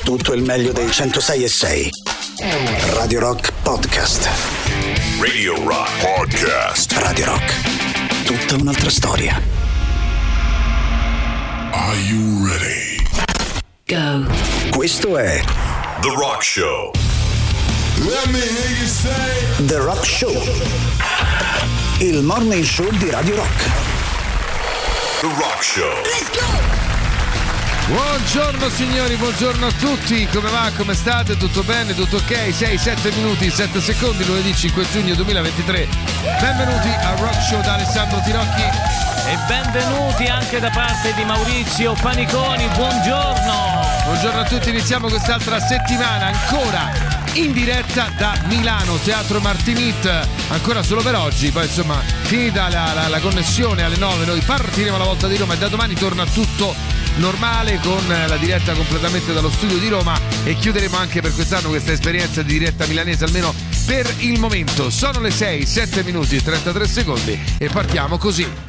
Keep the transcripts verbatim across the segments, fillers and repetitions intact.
tutto il meglio dei centosei e sei. Radio Rock Podcast. Radio Rock Podcast. Radio Rock. Tutta un'altra storia. Are you ready? Go. Questo è The Rock Show. Let me hear you say The Rock Show. Il morning show di Radio Rock. The Rock Show. let's go! Buongiorno signori, buongiorno a tutti, come va, come state, tutto bene, tutto ok? sei, sette minuti, sette secondi, lunedì cinque giugno duemilaventitré. Benvenuti al Rock Show da Alessandro Tirocchi. E benvenuti anche da parte di Maurizio Paniconi, buongiorno! Buongiorno a tutti, iniziamo quest'altra settimana ancora in diretta da Milano, Teatro Martinit, ancora solo per oggi, poi insomma finita la, la, la connessione alle nove noi partiremo alla volta di Roma e da domani torna tutto normale con la diretta completamente dallo studio di Roma e chiuderemo anche per quest'anno questa esperienza di diretta milanese almeno per il momento. Sono le sei, sette minuti e trentatré secondi e partiamo così.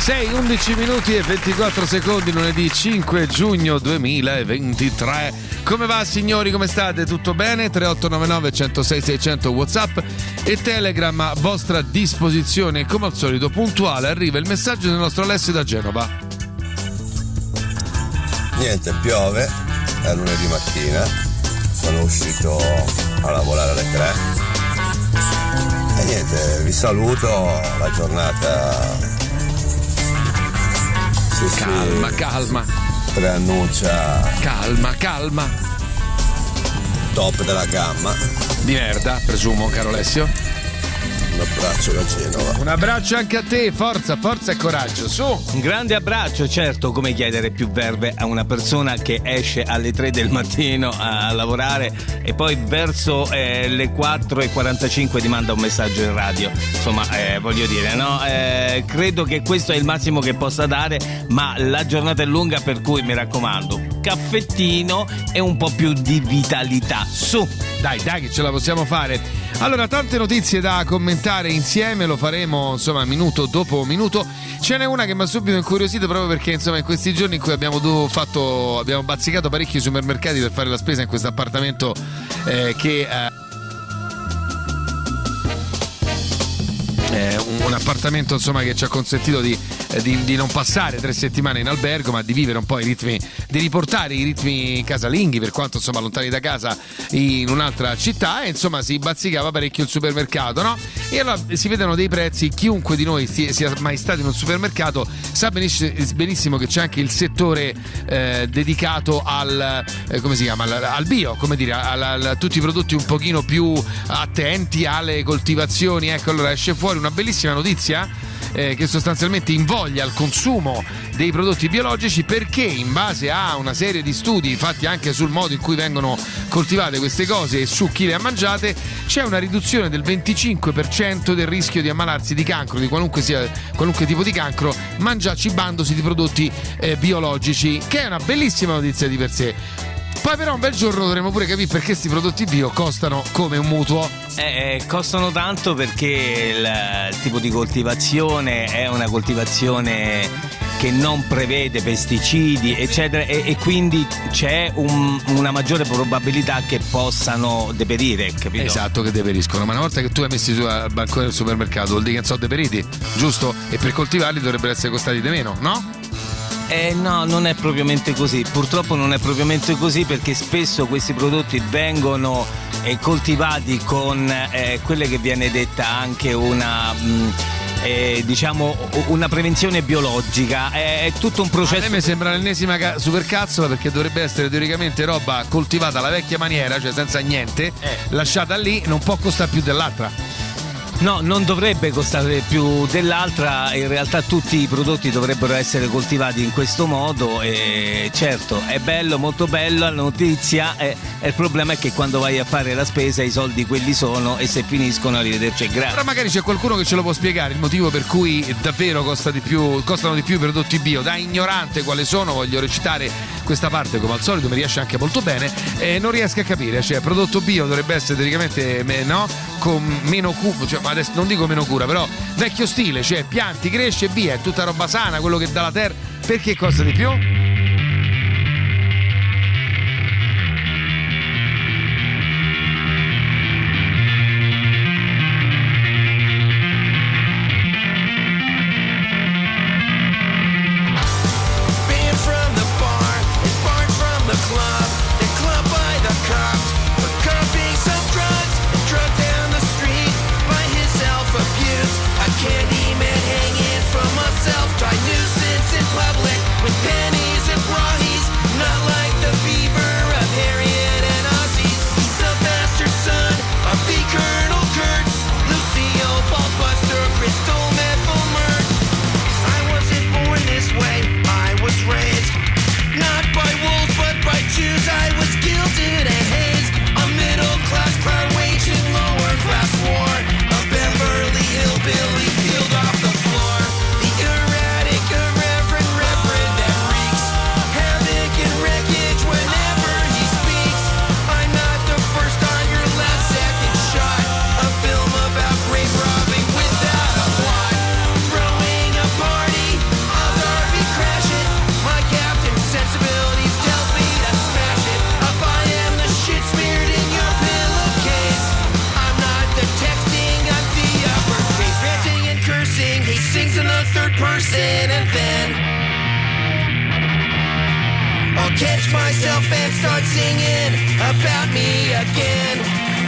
sei, undici minuti e ventiquattro secondi, lunedì cinque giugno duemilaventitré. Come va signori, come state? Tutto bene? tre otto nove nove uno zero sei sei zero zero WhatsApp e Telegram a vostra disposizione. Come al solito puntuale arriva il messaggio del nostro Alessio da Genova. Niente, piove, è lunedì mattina, sono uscito a lavorare alle tre e niente, vi saluto, la giornata sì, calma, sì, calma, preannuncia calma, calma, top della gamma. Di merda, presumo, caro Alessio. Un abbraccio da Genova. Un abbraccio anche a te, forza, forza e coraggio, su. Un grande abbraccio, certo, come chiedere più verve a una persona che esce alle tre del mattino a lavorare e poi verso eh, le quattro e quarantacinque ti manda un messaggio in radio. Insomma, eh, voglio dire, no? Eh, credo che questo è il massimo che possa dare, ma la giornata è lunga, per cui mi raccomando, caffettino e un po' più di vitalità, su. Dai, dai che ce la possiamo fare. Allora, tante notizie da commentare insieme, lo faremo insomma minuto dopo minuto. Ce n'è una che mi ha subito incuriosito proprio perché insomma in questi giorni in cui abbiamo fatto, abbiamo bazzicato parecchi supermercati per fare la spesa in questo appartamento eh, che eh, un, un appartamento insomma che ci ha consentito di, di, di non passare tre settimane in albergo, ma di vivere un po' i ritmi, di riportare i ritmi casalinghi, per quanto insomma lontani da casa, in un'altra città, e insomma si bazzicava parecchio il supermercato, no? E allora si vedono dei prezzi, chiunque di noi sia mai stato in un supermercato sa benissimo, benissimo che c'è anche il settore eh, dedicato al eh, come si chiama, al, al bio, come dire, al, al, a tutti i prodotti un pochino più attenti alle coltivazioni. Ecco, allora esce fuori una bellissima notizia eh, che sostanzialmente invoglia al consumo dei prodotti biologici, perché in base a una serie di studi fatti anche sul modo in cui vengono coltivate queste cose e su chi le ha mangiate, c'è una riduzione del venticinque per cento del rischio di ammalarsi di cancro, di qualunque sia qualunque tipo di cancro, mangia cibandosi di prodotti eh, biologici, che è una bellissima notizia di per sé. Poi però un bel giorno dovremo pure capire perché questi prodotti bio costano come un mutuo. Eh, costano tanto perché il, il tipo di coltivazione è una coltivazione che non prevede pesticidi eccetera, e, e quindi c'è un, una maggiore probabilità che possano deperire, capito? Esatto, che deperiscono, ma una volta che tu hai messi su al bancone del supermercato vuol dire che non sono deperiti, giusto? E per coltivarli dovrebbero essere costati di meno, no? Eh no, non è propriamente così, purtroppo non è propriamente così, perché spesso questi prodotti vengono eh, coltivati con eh, quelle che viene detta anche una mh, eh, diciamo una prevenzione biologica, è, è tutto un processo. A me sembra l'ennesima ca- supercazzola, perché dovrebbe essere teoricamente roba coltivata alla vecchia maniera, cioè senza niente, eh. lasciata lì, non può costare più dell'altra. No, non dovrebbe costare più dell'altra, in realtà tutti i prodotti dovrebbero essere coltivati in questo modo e certo è bello, molto bella la notizia, e, e il problema è che quando vai a fare la spesa i soldi quelli sono, e se finiscono arrivederci e grazie. Però magari c'è qualcuno che ce lo può spiegare il motivo per cui davvero costa di più, costano di più i prodotti bio. Da ignorante quale sono, voglio recitare questa parte come al solito, mi riesce anche molto bene, e non riesco a capire, cioè prodotto bio dovrebbe essere teoricamente no, con meno cura, cioè, adesso non dico meno cura, però vecchio stile, cioè pianti, cresce e via, è tutta roba sana, quello che dà la terra, perché costa di più? Candyman hanging from myself, try nuisance in public with penny catch myself and start singing about me again.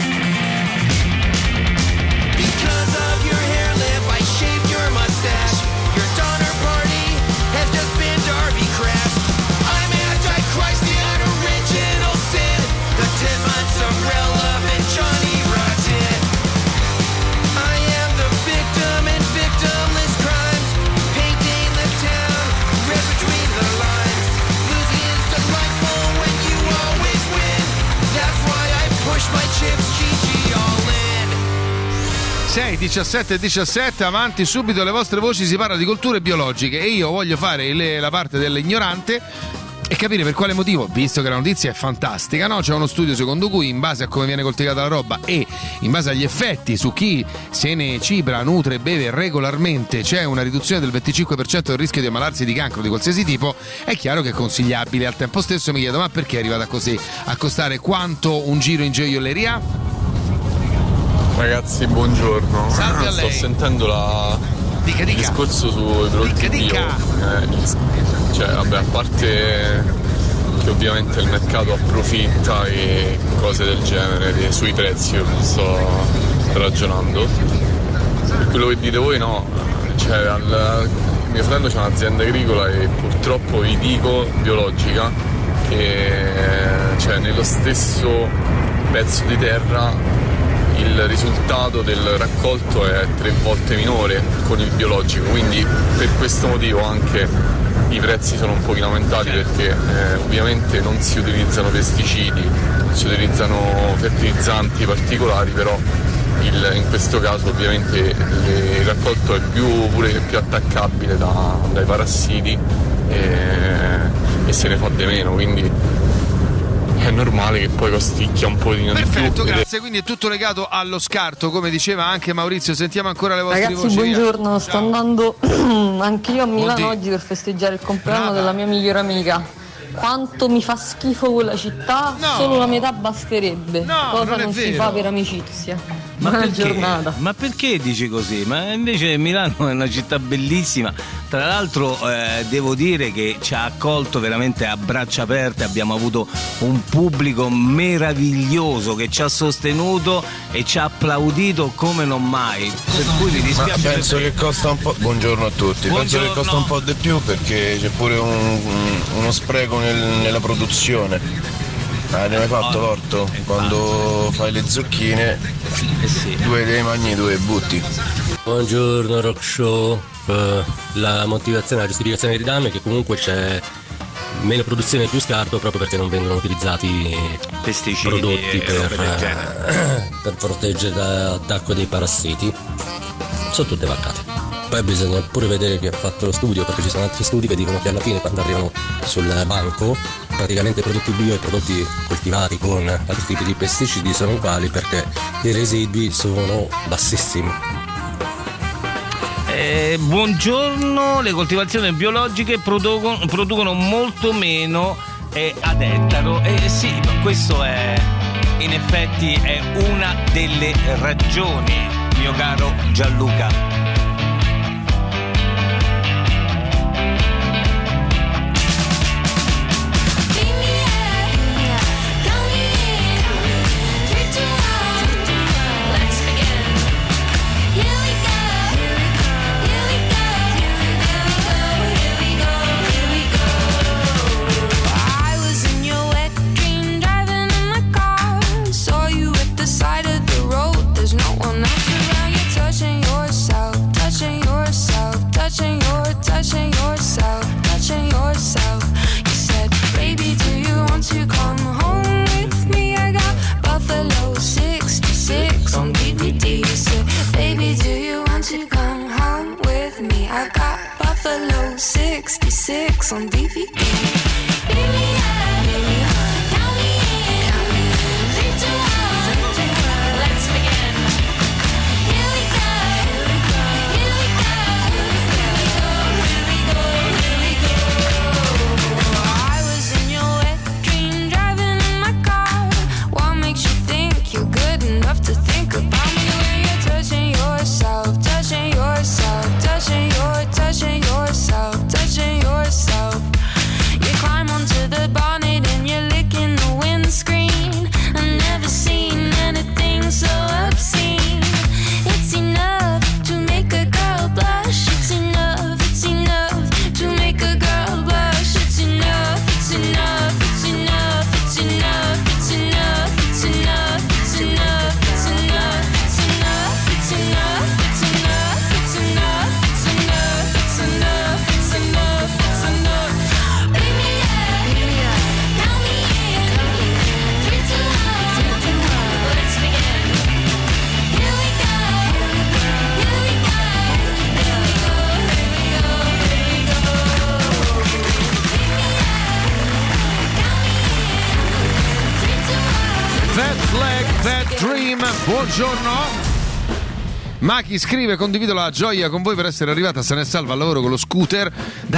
Because of your hair lip, I shaved your mustache. Your donor party has just been Darby Crash. I'm Antichrist, the unoriginal sin, the ten months of real love and Johnny Rotten. I am the victim in victimless crimes, painting the town red between the lines. Losing is delightful when you always win. That's why I push my chips, G G all in. sei, diciassette e diciassette, avanti subito le vostre voci, si parla di colture biologiche e io voglio fare le, la parte dell'ignorante e capire per quale motivo, visto che la notizia è fantastica, no? C'è uno studio secondo cui in base a come viene coltivata la roba e in base agli effetti su chi se ne cibra, nutre e beve regolarmente c'è una riduzione del venticinque per cento del rischio di ammalarsi di cancro di qualsiasi tipo, è chiaro che è consigliabile. Al tempo stesso mi chiedo, ma perché è arrivata così a costare quanto un giro in gioielleria? Ragazzi, buongiorno. Salve a lei. Sto sentendo la... Dica, dica. il discorso sui prodotti Dica, dica. bio. Eh, gli- cioè, vabbè, a parte che ovviamente il mercato approfitta e cose del genere de- sui prezzi, io sto ragionando. Per quello che dite voi, no. Cioè, al... mio fratello c'ha un'azienda agricola e purtroppo vi dico biologica che cioè, nello stesso pezzo di terra il risultato del raccolto è tre volte minore con il biologico, quindi per questo motivo anche i prezzi sono un pochino aumentati, perché eh, ovviamente non si utilizzano pesticidi, non si utilizzano fertilizzanti particolari, però il, in questo caso ovviamente il raccolto è più, pure più attaccabile da, dai parassiti e, e se ne fa di meno, quindi è normale che poi costicchia un pochino di più. Perfetto, grazie. Quindi è tutto legato allo scarto, come diceva anche Maurizio. Sentiamo ancora le vostre Ragazzi, voci. buongiorno, sto andando anch'io a Milano Buondì. oggi per festeggiare il compleanno Brava. della mia migliore amica. Quanto mi fa schifo quella città, No. solo la metà basterebbe. No, Cosa non è non si vero. fa per amicizia. Ma Buona perché? giornata. Ma perché dici così? Ma invece Milano è una città bellissima. Tra l'altro eh, devo dire che ci ha accolto veramente a braccia aperte, abbiamo avuto un pubblico meraviglioso che ci ha sostenuto e ci ha applaudito come non mai. Per cui mi Ma dispiace. penso per te. che costa un po'. Buongiorno a tutti. Buongiorno. Penso che costa un po' di più perché c'è pure un- uno spreco nel- nella produzione. Avete mai fatto Oh, l'orto? infatti. Quando fai le zucchine, Eh sì. due dei magni, due butti. Buongiorno Rock Show. Eh, la motivazione, la giustificazione di danno è che comunque c'è meno produzione e più scarto proprio perché non vengono utilizzati Pesticidi prodotti e per, robe del genere. eh, per proteggere l'attacco dei parassiti. Sono tutte vaccate. Poi bisogna pure vedere chi ha fatto lo studio, perché ci sono altri studi che dicono che alla fine quando arrivano sul banco praticamente i prodotti bio e i prodotti coltivati con altri tipi di pesticidi sono uguali perché i residui sono bassissimi. Eh, buongiorno, le coltivazioni biologiche producono, producono molto meno eh, ad ettaro. Eh sì, ma questo è in effetti è una delle ragioni, mio caro Gianluca. Touching your, touching yourself, touching yourself. You said, baby, do you want to come home with me? I got Buffalo sixty-six on D V D. You said, baby, do you want to come home with me? I got Buffalo sixty-six on D V D. Beat me up, count me in, three, two, one, let's begin. Here we go, here we go. I was in your wet dream, driving in my car. What makes you think you're good enough to think about me when you're touching yourself, touching yourself, touching your, touching yourself, touching yourself? Flag That Dream. Buongiorno. Maki scrive: condivido la gioia con voi per essere arrivata sana e salva al lavoro con lo scooter.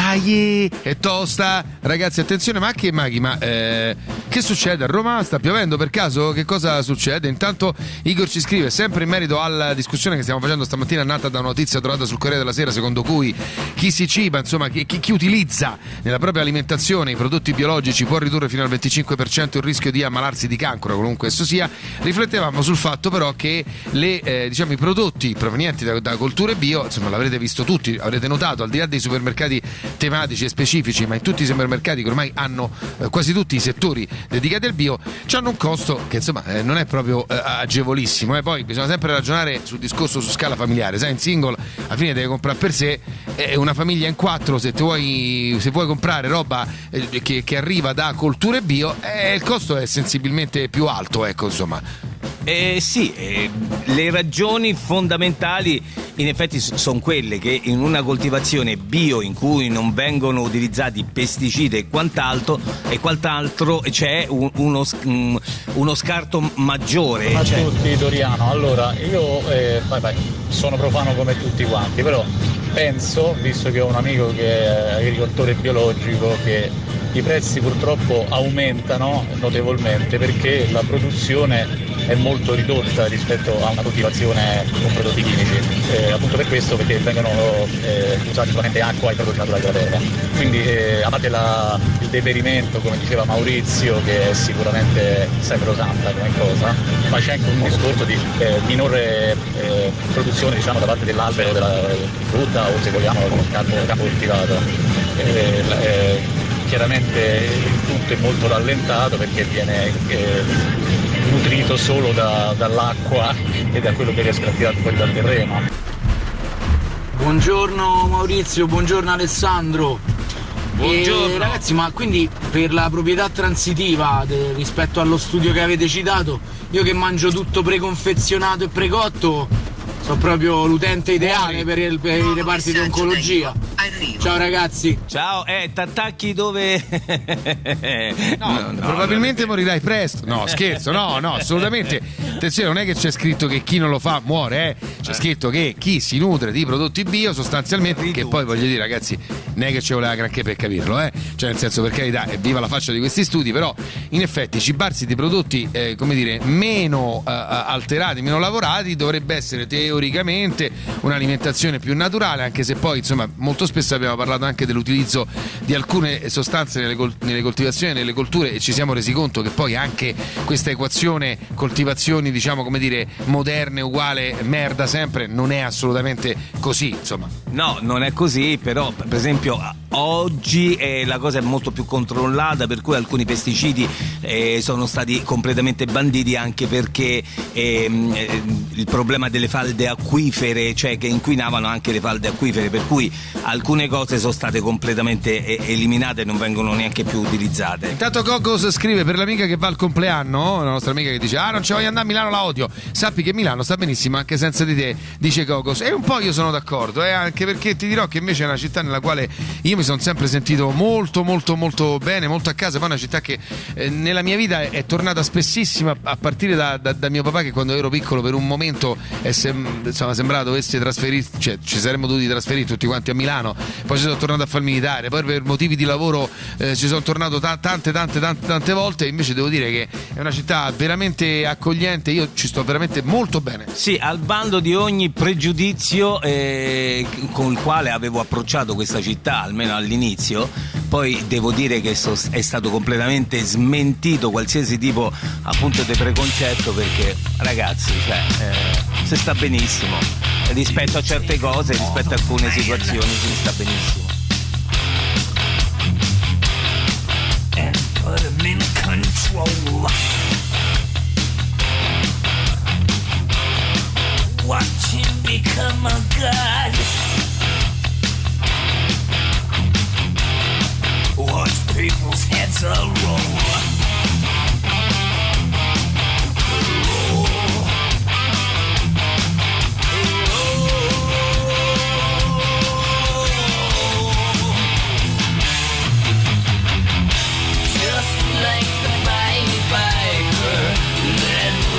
Dai, è tosta. Ragazzi, attenzione, Maki e Maki, ma eh, che succede a Roma? Sta piovendo per caso? Che cosa succede? Intanto Igor ci scrive, sempre in merito alla discussione che stiamo facendo stamattina, nata da una notizia trovata sul Corriere della Sera, secondo cui chi si ciba, insomma chi, chi, chi utilizza nella propria alimentazione i prodotti biologici può ridurre fino al venticinque per cento il rischio di ammalarsi di cancro, qualunque esso sia. Riflettevamo sul fatto però che le, eh, diciamo, i prodotti provenienti da, da colture bio, insomma l'avrete visto tutti, avrete notato, al di là dei supermercati tematici e specifici, ma in tutti i supermercati che ormai hanno eh, quasi tutti i settori dedicati al bio, hanno un costo che insomma eh, non è proprio eh, agevolissimo. E eh. Poi bisogna sempre ragionare sul discorso su scala familiare, sai, in single alla fine deve comprare per sé, eh, una famiglia in quattro, se ti vuoi, se vuoi comprare roba eh, che, che arriva da colture bio, eh, il costo è sensibilmente più alto, ecco, insomma. Eh, sì, eh, le ragioni fondamentali in effetti sono quelle che in una coltivazione bio in cui non vengono utilizzati pesticidi e quant'altro e quant'altro c'è un, uno, um, uno scarto maggiore. A cioè... tutti, Doriano. Allora, io eh, vai, vai, sono profano come tutti quanti, però penso, visto che ho un amico che è agricoltore biologico, che i prezzi purtroppo aumentano notevolmente perché la produzione è molto ridotta rispetto a una coltivazione con prodotti chimici, eh, appunto per questo, perché vengono eh, usati solamente acqua e prodotti naturali della terra. Quindi eh, a parte la, il deperimento, come diceva Maurizio, che è sicuramente sacrosanta come cosa, ma c'è anche un discorso di eh, minore eh, produzione, diciamo, da parte dell'albero, della frutta, o se vogliamo il campo, campo coltivato. Eh, eh, chiaramente il tutto è molto rallentato perché viene eh, nutrito solo da, dall'acqua e da quello che riesco a tirare fuori dal terreno. Buongiorno Maurizio, buongiorno Alessandro. Buongiorno. E, ragazzi, ma quindi per la proprietà transitiva de, rispetto allo studio che avete citato, io che mangio tutto preconfezionato e precotto, sono proprio l'utente ideale per, il, per i reparti di oncologia. Ciao ragazzi. Ciao, eh, t'attacchi dove? no, no, no, probabilmente no. Morirai presto. No, scherzo, no, no, assolutamente. Attenzione, non è che c'è scritto che chi non lo fa muore, eh. C'è scritto che chi si nutre di prodotti bio sostanzialmente, Riduzzi. Che poi voglio dire, ragazzi, non è che ci voleva granché per capirlo, eh. Cioè, nel senso, per carità, è viva la faccia di questi studi, però in effetti cibarsi di prodotti, eh, come dire, meno eh, alterati, meno lavorati, dovrebbe essere teoricamente un'alimentazione più naturale, anche se poi, insomma, molto spesso abbiamo parlato anche dell'utilizzo di alcune sostanze nelle, col- nelle coltivazioni, nelle colture, e ci siamo resi conto che poi anche questa equazione coltivazioni, diciamo, come dire, moderne uguale merda sempre, non è assolutamente così, insomma. No, non è così, però per esempio oggi eh, la cosa è molto più controllata, per cui alcuni pesticidi eh, sono stati completamente banditi, anche perché ehm, eh, il problema delle falde acquifere, cioè che inquinavano anche le falde acquifere, per cui alcune cose sono state completamente eh, eliminate e non vengono neanche più utilizzate. Intanto Cocos scrive: per l'amica che va al compleanno, la nostra amica che dice ah non ci voglio andare a Milano, la odio, sappi che Milano sta benissimo anche senza di te, dice Cocos, e un po' io sono d'accordo, eh, anche perché ti dirò che invece è una città nella quale io mi sono sempre sentito molto molto molto bene, molto a casa. Poi è una città che eh, nella mia vita è, è tornata spessissimo, a, a partire da, da, da mio papà, che quando ero piccolo per un momento è sem- insomma, sembrava dovesse trasferirsi, cioè ci saremmo dovuti trasferire tutti quanti a Milano, poi ci sono tornato a fare il militare, poi per motivi di lavoro eh, ci sono tornato ta- tante tante tante tante volte, e invece devo dire che è una città veramente accogliente, io ci sto veramente molto bene. Sì, al bando di ogni pregiudizio eh, con il quale avevo approcciato questa città, almeno all'inizio, poi devo dire che so, è stato completamente smentito qualsiasi tipo appunto di preconcetto, perché ragazzi, cioè, eh, si sta benissimo rispetto a certe cose, rispetto a alcune situazioni si sta benissimo. And put him in control. Watch him become a god. Watch people's heads a roll. Just like the Pied Piper, let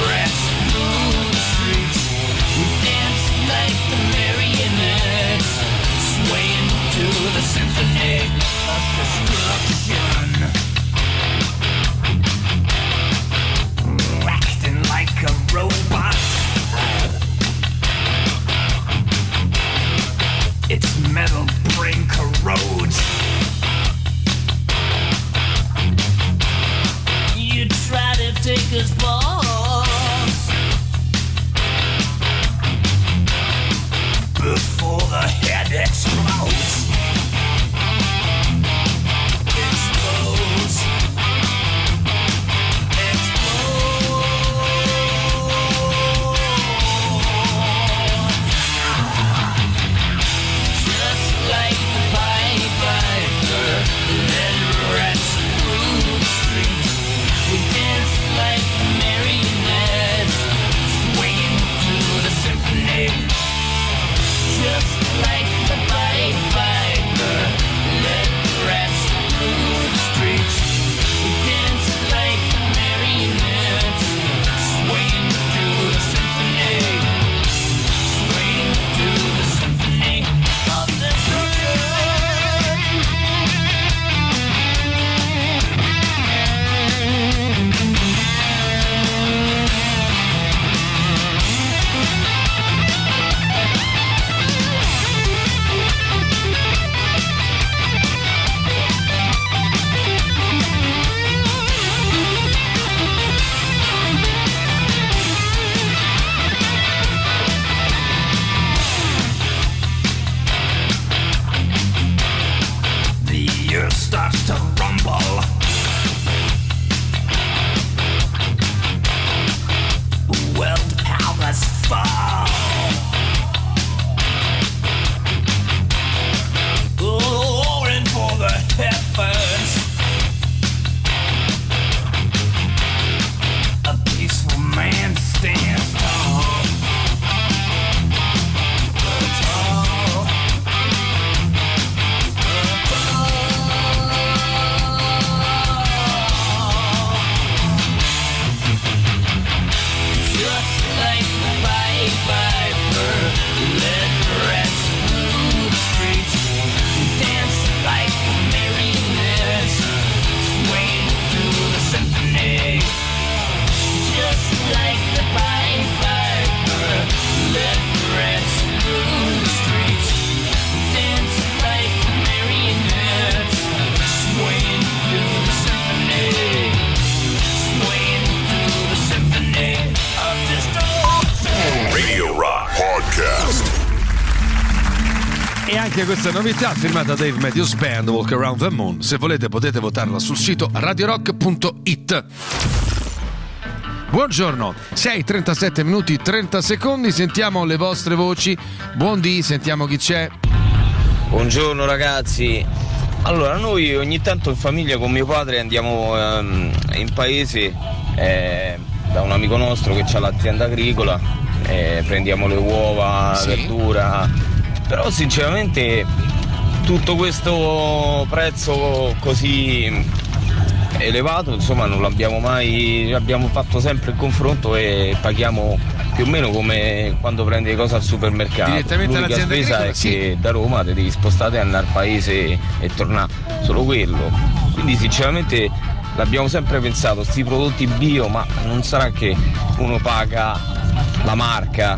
anche questa novità firmata Dave Matthews Band, Walk Around the Moon. Se volete potete votarla sul sito radio rock punto it. Buongiorno, sei trentasette minuti trenta secondi, sentiamo le vostre voci. Buondì, sentiamo chi c'è. Buongiorno ragazzi. Allora, noi ogni tanto in famiglia con mio padre andiamo ehm, in paese eh, da un amico nostro che ha l'azienda agricola, eh, prendiamo le uova, Sì. verdura, però sinceramente tutto questo prezzo così elevato, insomma, non l'abbiamo mai, abbiamo fatto sempre il confronto e paghiamo più o meno come quando prendi le cose al supermercato. Direttamente L'unica all'azienda spesa agricola, è sì. che da Roma ti devi spostare e andare al paese e tornare, solo quello. Quindi sinceramente l'abbiamo sempre pensato, sti prodotti bio, ma non sarà che uno paga la marca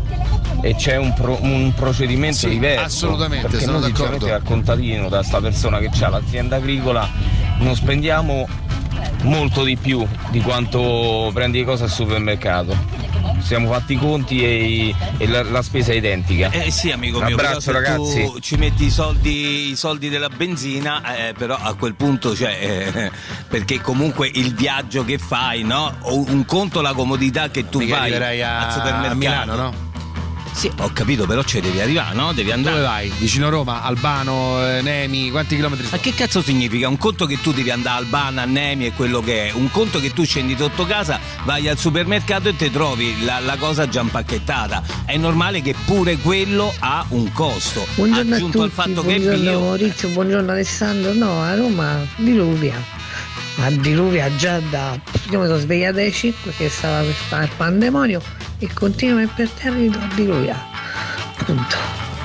e c'è un, pro, un procedimento Sì, diverso? assolutamente, perché sono noi d'accordo. sinceramente al contadino, da sta persona che ha l'azienda agricola, non spendiamo molto di più di quanto prendi le cose al supermercato. Siamo fatti i conti e, e la, la spesa è identica. Eh sì, amico Un mio, però abbraccio se ragazzi. tu ci metti i soldi, i soldi della benzina, eh, però a quel punto, cioè, eh, perché comunque il viaggio che fai, no? O un conto la comodità che tu Mica vai arriverai a- al supermercato. a Milano, no? Sì, ho capito, però ci devi arrivare, no? Devi andare. Dove vai? Vicino Roma, Albano, eh, Nemi, quanti chilometri sono? Ma che cazzo significa? Un conto che tu devi andare a Albano, a Nemi e quello che è, un conto che tu scendi sotto casa, vai al supermercato e ti trovi la, la cosa già impacchettata. È normale che pure quello ha un costo. Buongiorno Aggiunto a al tutti, fatto che è buongiorno bio. Maurizio, buongiorno Alessandro. No, a Roma diluvia, ma diluvia già da... Io mi sono svegliata alle cinque che stava per fare il pandemonio e continua imperterrito a diluviare. Punto.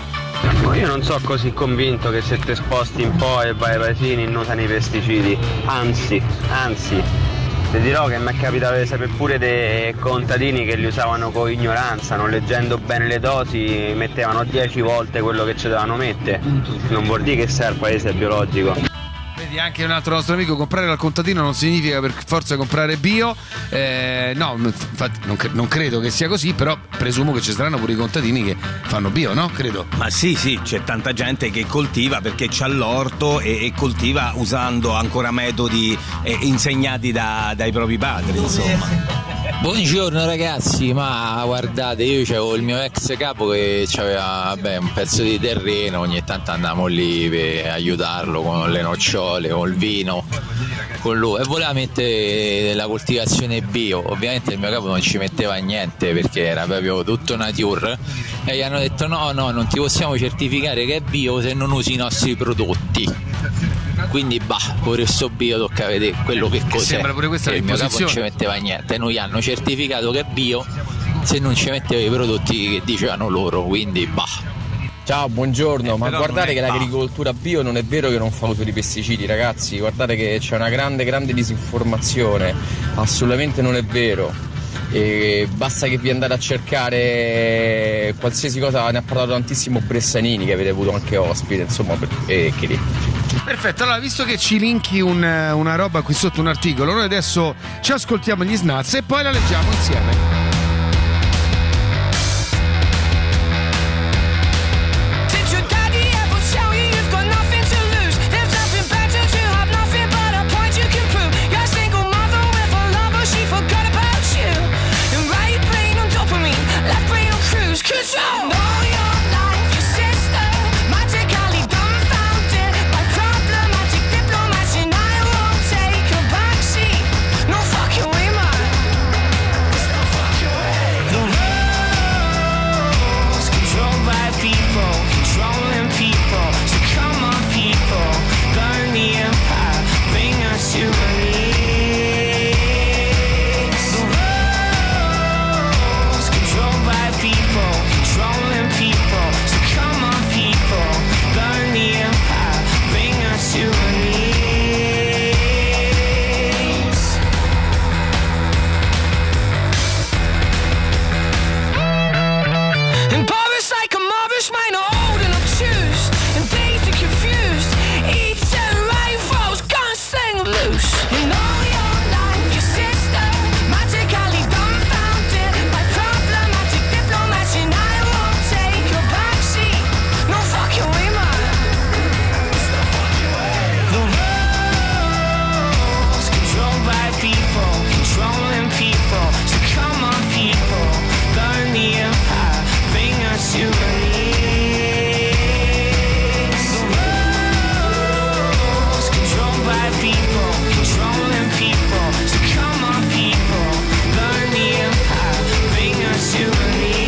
Ma io non sono così convinto che se ti sposti un po' e vai ai paesini non usano i pesticidi, anzi, anzi, ti dirò che mi è capitato di sapere pure dei contadini che li usavano con ignoranza, non leggendo bene le dosi mettevano dieci volte quello che ci dovevano mettere, non vuol dire che sia il paese biologico. Vedi, anche un altro nostro amico, comprare dal contadino non significa per forza comprare bio. Eh, no, infatti non, cre- non credo che sia così, però presumo che ci saranno pure i contadini che fanno bio, no? Credo. Ma sì, sì, c'è tanta gente che coltiva perché c'ha l'orto e, e coltiva usando ancora metodi eh, insegnati da, dai propri padri, insomma. Buongiorno ragazzi, ma guardate, io c'avevo il mio ex capo che aveva vabbè, un pezzo di terreno, ogni tanto andavamo lì per aiutarlo con le nocciole, con il vino, con lui, e voleva mettere la coltivazione bio. Ovviamente il mio capo non ci metteva niente perché era proprio tutto nature e gli hanno detto no, no, non ti possiamo certificare che è bio se non usi i nostri prodotti. Quindi bah, pure sto bio tocca vedere quello che cos'è. Sembra pure questa E il mio capo non l'imposizione. ci metteva niente, noi hanno certificato che è bio se non ci metteva i prodotti che dicevano loro, quindi bah. Ciao, buongiorno, Eh, ma però guardate non è che bah. l'agricoltura bio non è vero che non fa uso di pesticidi, ragazzi, guardate che c'è una grande grande disinformazione, assolutamente non è vero. E basta che vi andate a cercare qualsiasi cosa, ne ha parlato tantissimo Bressanini che avete avuto anche ospite, insomma, per- e che lì. Perfetto, allora visto che ci linki un- una roba qui sotto, un articolo, noi adesso ci ascoltiamo gli Snaz e poi la leggiamo insieme. Did your daddy ever tell you you've got nothing to lose? There's nothing better to have nothing but a point you can prove. You're a single mother with a lover, she forgot about you. And right brain on dopamine, left brain on cruise control. Know your life, your sister, magically dumbfounded by problematic diplomats, and I won't take a backseat. No fucking way, man. us your knees. The world's controlled by people, controlling people. So come on, people, burn the empire, bring us your knees.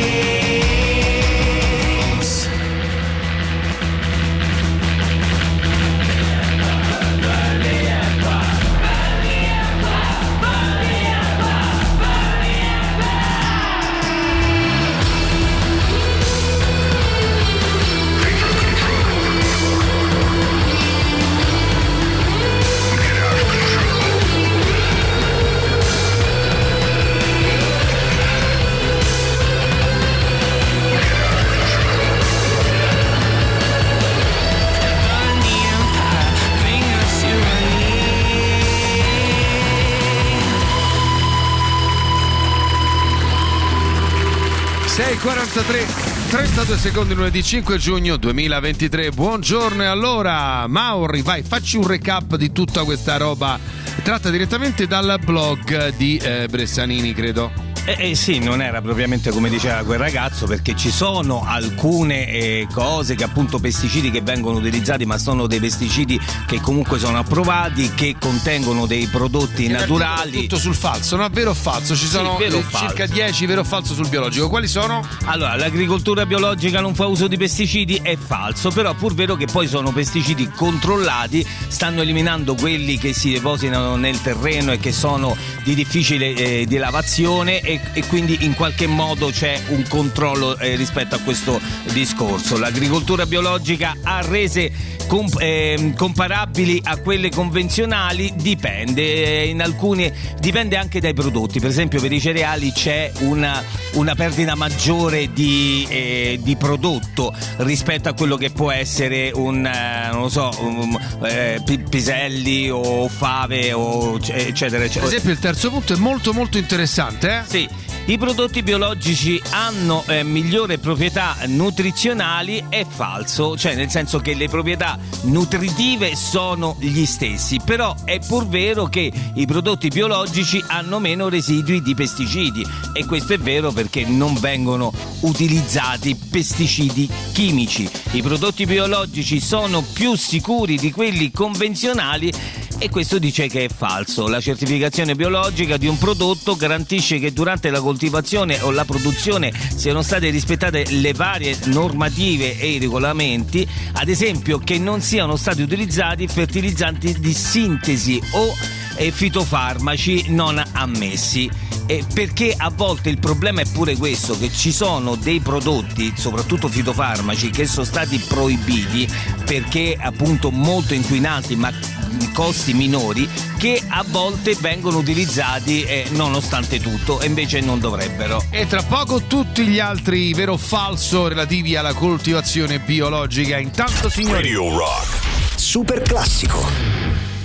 sei e quarantatré, trentadue secondi, lunedì cinque giugno duemilaventitré. Buongiorno. E allora, Mauri, vai, facci un recap di tutta questa roba. Tratta direttamente dal blog di eh, Bressanini, credo. Eh, eh sì, non era propriamente come diceva quel ragazzo, perché ci sono alcune eh, cose che appunto pesticidi che vengono utilizzati, ma sono dei pesticidi che comunque sono approvati, che contengono dei prodotti che naturali. Tutto sul falso, no? Vero o falso? Ci sono sì, vero eh, falso. circa dieci vero o falso sul biologico. Quali sono? Allora, l'agricoltura biologica non fa uso di pesticidi, è falso, però pur vero che poi sono pesticidi controllati, stanno eliminando quelli che si depositano nel terreno e che sono di difficile eh, dilavazione e e quindi in qualche modo c'è un controllo eh, rispetto a questo discorso. L'agricoltura biologica ha rese comp- eh, comparabili a quelle convenzionali, dipende, in alcune dipende anche dai prodotti. Per esempio per i cereali c'è una, una perdita maggiore di, eh, di prodotto rispetto a quello che può essere un eh, non lo so um, eh, piselli o fave o eccetera eccetera. Per esempio il terzo punto è molto molto interessante, eh? Sì. I prodotti biologici hanno eh, migliori proprietà nutrizionali, è falso, cioè nel senso che le proprietà nutritive sono gli stessi, però è pur vero che i prodotti biologici hanno meno residui di pesticidi, e questo è vero perché non vengono utilizzati pesticidi chimici. I prodotti biologici sono più sicuri di quelli convenzionali, e questo dice che è falso. La certificazione biologica di un prodotto garantisce che durante la coltivazione o la produzione siano state rispettate le varie normative e i regolamenti, ad esempio che non siano stati utilizzati fertilizzanti di sintesi o eh, fitofarmaci non ammessi. Eh, perché a volte il problema è pure questo, che ci sono dei prodotti, soprattutto fitofarmaci, che sono stati proibiti perché appunto molto inquinanti ma costi minori, che a volte vengono utilizzati eh, nonostante tutto, e invece non dovrebbero. E tra poco tutti gli altri vero o falso relativi alla coltivazione biologica. Intanto, signori, Radio Rock Super classico.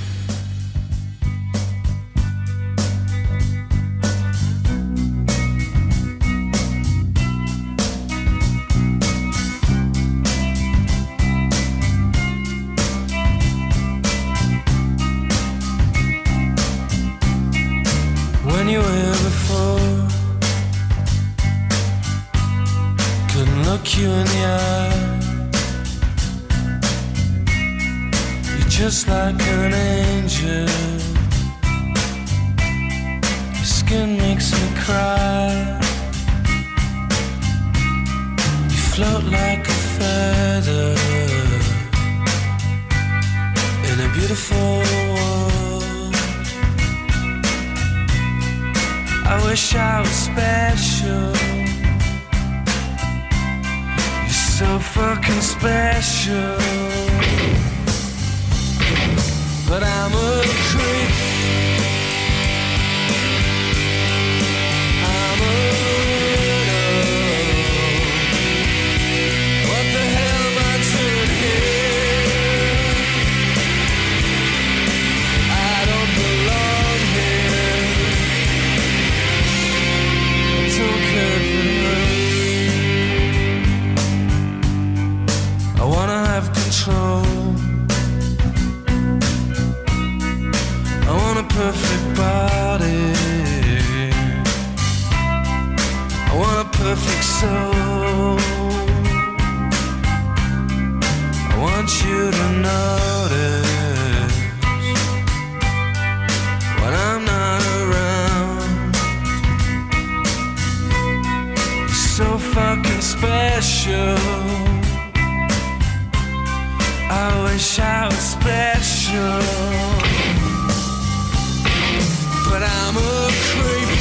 When you were here before, couldn't look you in the eye. You're just like an angel. Your skin makes me cry. You float like a feather in a beautiful world. I wish I was special. You're so fucking special. But I'm a creep. I'm a widow. What the hell am I doing here? I don't belong here. I wanna have control. I want a perfect body. I want a perfect perfect soul. I want you to notice when I'm not around. You're so fucking special. I wish I was special, but I'm a creep.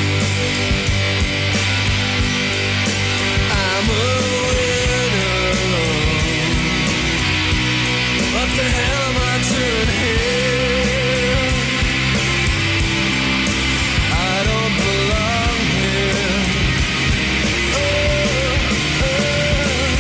I'm a widow. What the hell am I doing here? I don't belong here. Oh, oh,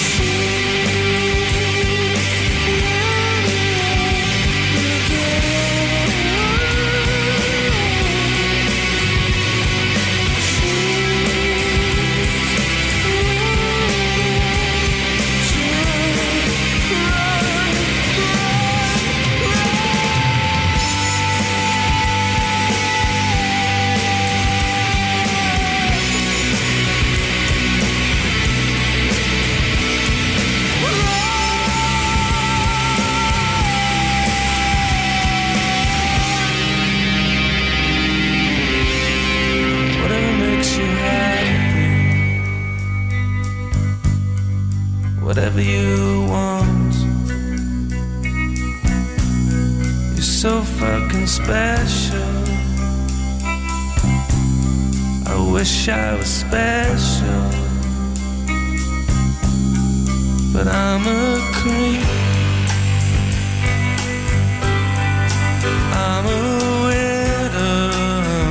whatever you want. You're so fucking special. I wish I was special, but I'm a creep. I'm a widow.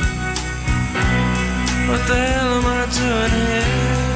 What the hell am I doing here?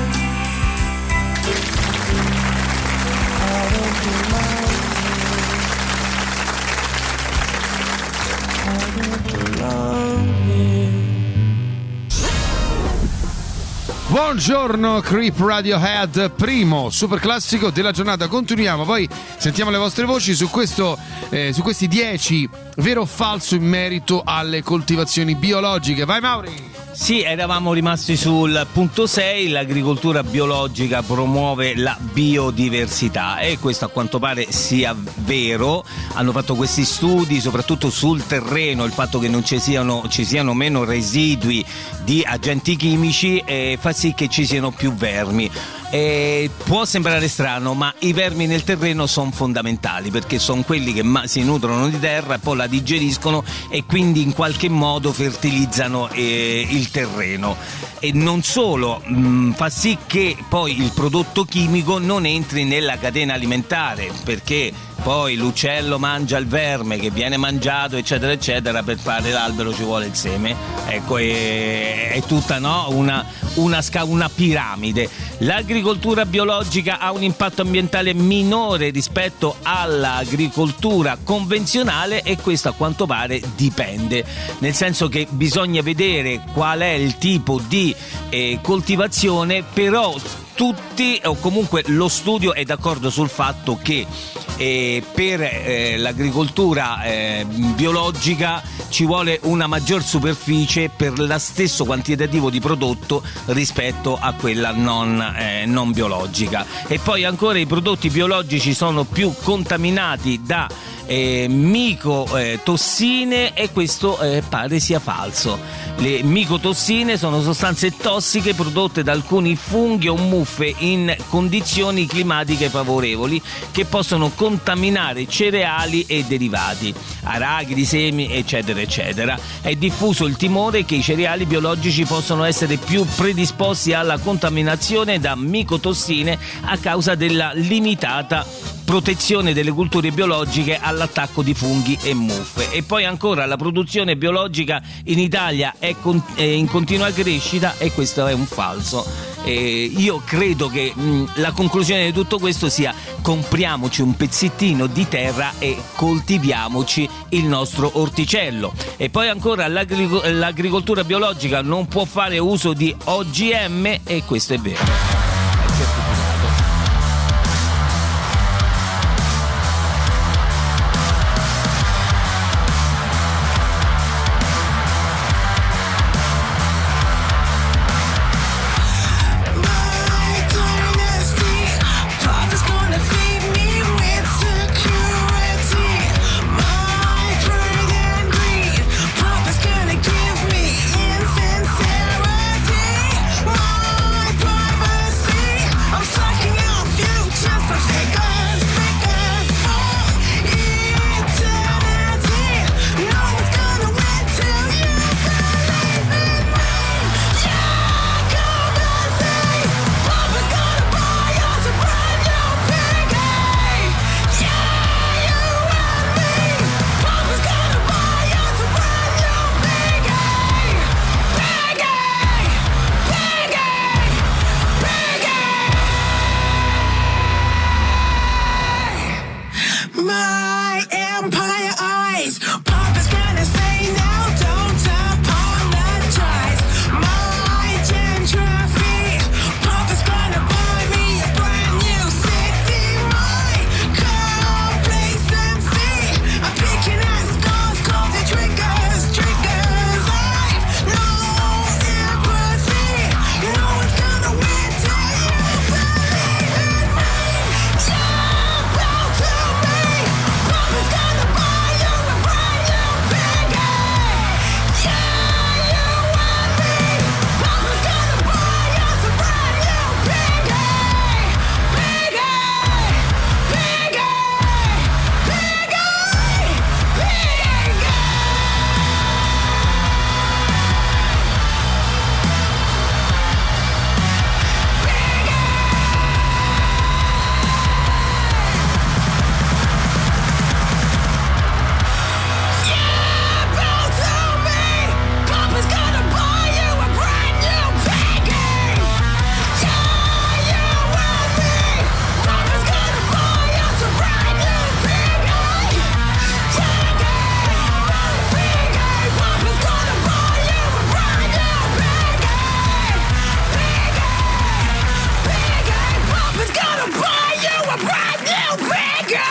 Buongiorno Creep Radiohead, primo super classico della giornata. Continuiamo, poi sentiamo le vostre voci su questo eh, su questi dieci vero o falso in merito alle coltivazioni biologiche. Vai Mauri! Sì, eravamo rimasti sul punto sei, l'agricoltura biologica promuove la biodiversità e questo a quanto pare sia vero. Hanno fatto questi studi soprattutto sul terreno, il fatto che non ci siano, ci siano meno residui di agenti chimici eh, fa sì che ci siano più vermi. Eh, può sembrare strano, ma i vermi nel terreno sono fondamentali perché sono quelli che ma- si nutrono di terra, poi la digeriscono e quindi in qualche modo fertilizzano eh, il terreno. E non solo, mh, fa sì che poi il prodotto chimico non entri nella catena alimentare, perché poi l'uccello mangia il verme che viene mangiato eccetera eccetera, per fare l'albero ci vuole il seme, ecco, è, è tutta no? una, una, una piramide. L'agricoltura biologica ha un impatto ambientale minore rispetto all'agricoltura convenzionale e questo a quanto pare dipende, nel senso che bisogna vedere qual è il tipo di eh, coltivazione, però tutti o comunque lo studio è d'accordo sul fatto che eh, per eh, l'agricoltura eh, biologica ci vuole una maggior superficie per lo stesso quantitativo di prodotto rispetto a quella non, eh, non biologica. E poi ancora i prodotti biologici sono più contaminati da eh, micotossine e questo eh, pare sia falso. Le micotossine sono sostanze tossiche prodotte da alcuni funghi o muffe in condizioni climatiche favorevoli che possono contaminare cereali e derivati, arachidi, semi, eccetera, eccetera. È diffuso il timore che i cereali biologici possano essere più predisposti alla contaminazione da micotossine a causa della limitata protezione delle culture biologiche all'attacco di funghi e muffe. E poi ancora la produzione biologica in Italia è, con, è in continua crescita e questo è un falso. Eh, io credo che mh, la conclusione di tutto questo sia: compriamoci un pezzettino di terra e coltiviamoci il nostro orticello. E poi ancora l'agric- l'agricoltura biologica non può fare uso di O G M e questo è vero. gonna say now, don't apologize. My gentrify, Papa's gonna buy me a brand new city. My complacency, I'm picking at skulls, calls and triggers, triggers. I've no sympathy, no one's gonna win till you believe in me. Yeah, bow to me. Papa's gonna buy you a brand new Peggy. Yeah, you and me. Papa's gonna buy us a brand new Peggy. Peggy, Peggy, Peggy, Peggy. Yeah, bow to me. Papa's gonna buy you a brand new Peggy. Yeah, you and me. Papa's gonna buy us a brand new Peggy. Peggy, Peggy. Papa's gonna buy you a brand new Peggy. Peggy, Peggy. Papa's gonna buy you a brand new Peggy.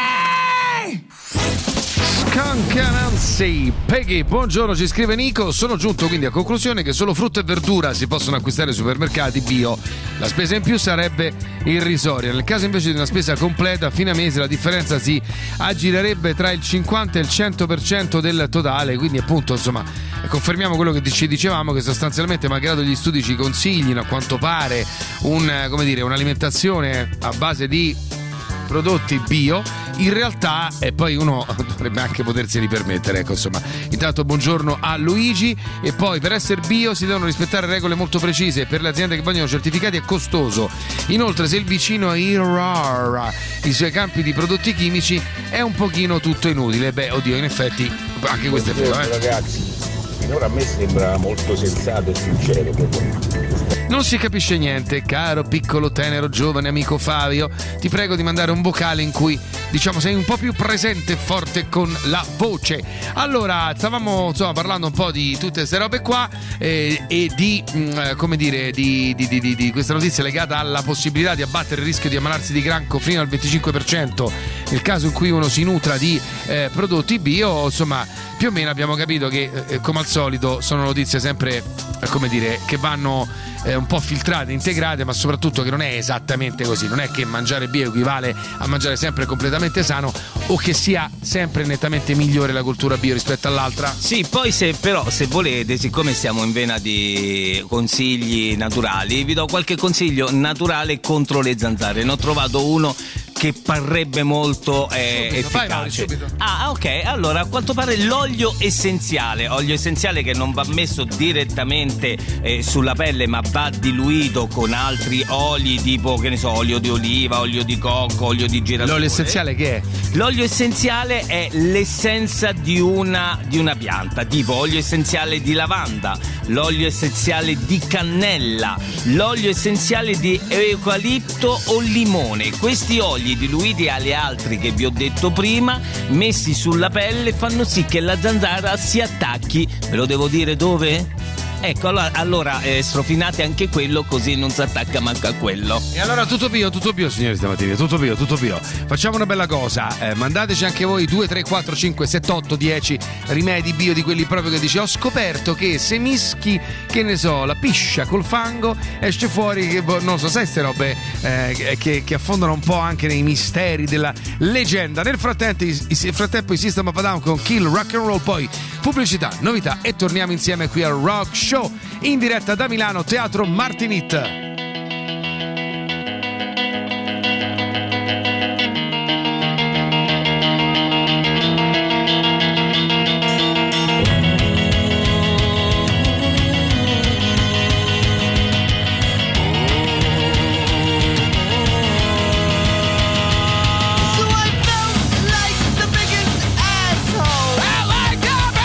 Scancananzi, Peggy, buongiorno, ci scrive Nico. Sono giunto quindi a conclusione che solo frutta e verdura si possono acquistare ai supermercati bio. La spesa in più sarebbe irrisoria. Nel caso invece di una spesa completa a fine mese la differenza si aggirerebbe tra il cinquanta e il cento per cento del totale. Quindi appunto insomma confermiamo quello che ci dicevamo, che sostanzialmente malgrado gli studi ci consiglino a quanto pare un, eh, come dire, un'alimentazione a base di prodotti bio, in realtà e poi uno dovrebbe anche poterseli permettere, ecco insomma. Intanto buongiorno a Luigi. E poi per essere bio si devono rispettare regole molto precise, per le aziende che vogliono certificati è costoso. Inoltre se il vicino irrora i suoi campi di prodotti chimici è un pochino tutto inutile. Beh oddio, in effetti anche questo è vero, eh. Ragazzi, finora a me sembra molto sensato e sincero proprio. Non si capisce niente, caro piccolo tenero giovane amico Fabio, ti prego di mandare un vocale in cui diciamo sei un po' più presente e forte con la voce. Allora, stavamo insomma parlando un po' di tutte queste robe qua eh, e di mh, come dire di, di, di, di, di questa notizia legata alla possibilità di abbattere il rischio di ammalarsi di cancro fino al venticinque per cento nel caso in cui uno si nutra di eh, prodotti bio. Insomma, più o meno abbiamo capito che eh, come al solito sono notizie sempre eh, come dire che vanno eh, un po' filtrate, integrate, ma soprattutto che non è esattamente così. Non è che mangiare bio equivale a mangiare sempre completamente sano o che sia sempre nettamente migliore la cultura bio rispetto all'altra. Sì, poi se però se volete, siccome siamo in vena di consigli naturali, vi do qualche consiglio naturale contro le zanzare. Ne ho trovato uno che parrebbe molto eh, subito, efficace. vai, vai, subito. Ah, ok. Allora, a quanto pare l'olio essenziale, olio essenziale che non va messo direttamente eh, sulla pelle, ma va diluito con altri oli, tipo che ne so, olio di oliva, olio di cocco, olio di girasole. L'olio essenziale che è? L'olio essenziale è l'essenza di una di una pianta, tipo olio essenziale di lavanda, l'olio essenziale di cannella, l'olio essenziale di eucalipto o limone. Questi oli diluiti agli altri che vi ho detto prima, messi sulla pelle, fanno sì che la zanzara si attacchi. Ve lo devo dire dove? Ecco, allora, allora eh, strofinate anche quello, così non si attacca manco a quello. E allora tutto bio, tutto bio signori stamattina, tutto bio, tutto bio. Facciamo una bella cosa, eh, mandateci anche voi due, tre, quattro, cinque, sette, otto, dieci rimedi bio di quelli proprio che dici ho scoperto che se mischi, che ne so, la piscia col fango esce fuori che, non so, sai ste robe eh, che, che affondano un po' anche nei misteri della leggenda. Nel frattempo, i, nel frattempo i System of a Down con Kill Rock and Roll, poi pubblicità, novità e torniamo insieme qui al Rock Show in diretta da Milano, Teatro Martinit.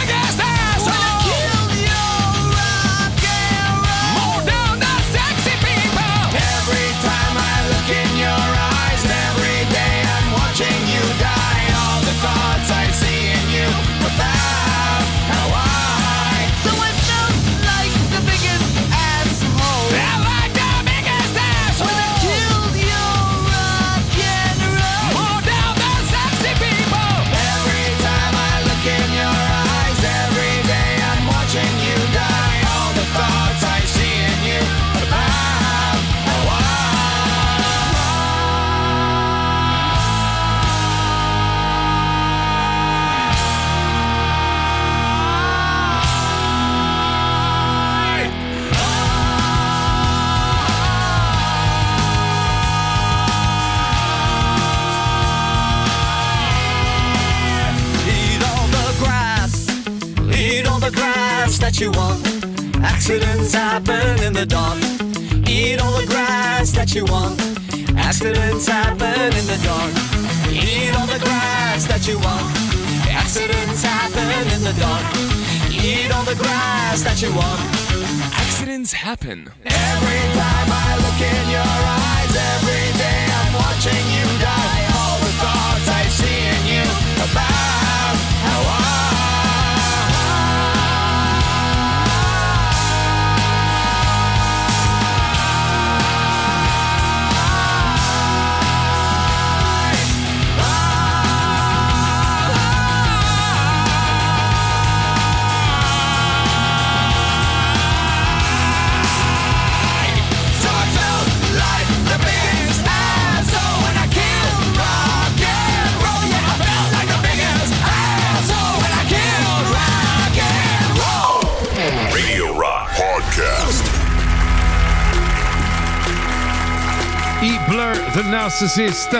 More down that sexy beat. the grass that you want. Accidents happen in the dark. Eat all the grass that you want. Accidents happen in the dark. Eat all the grass that you want. Accidents happen in the dark. Eat all the grass that you want. Accidents happen. Every time I look in your eyes, every day I'm watching you die. All the thoughts I see in you about how I I Blur The Narcissist.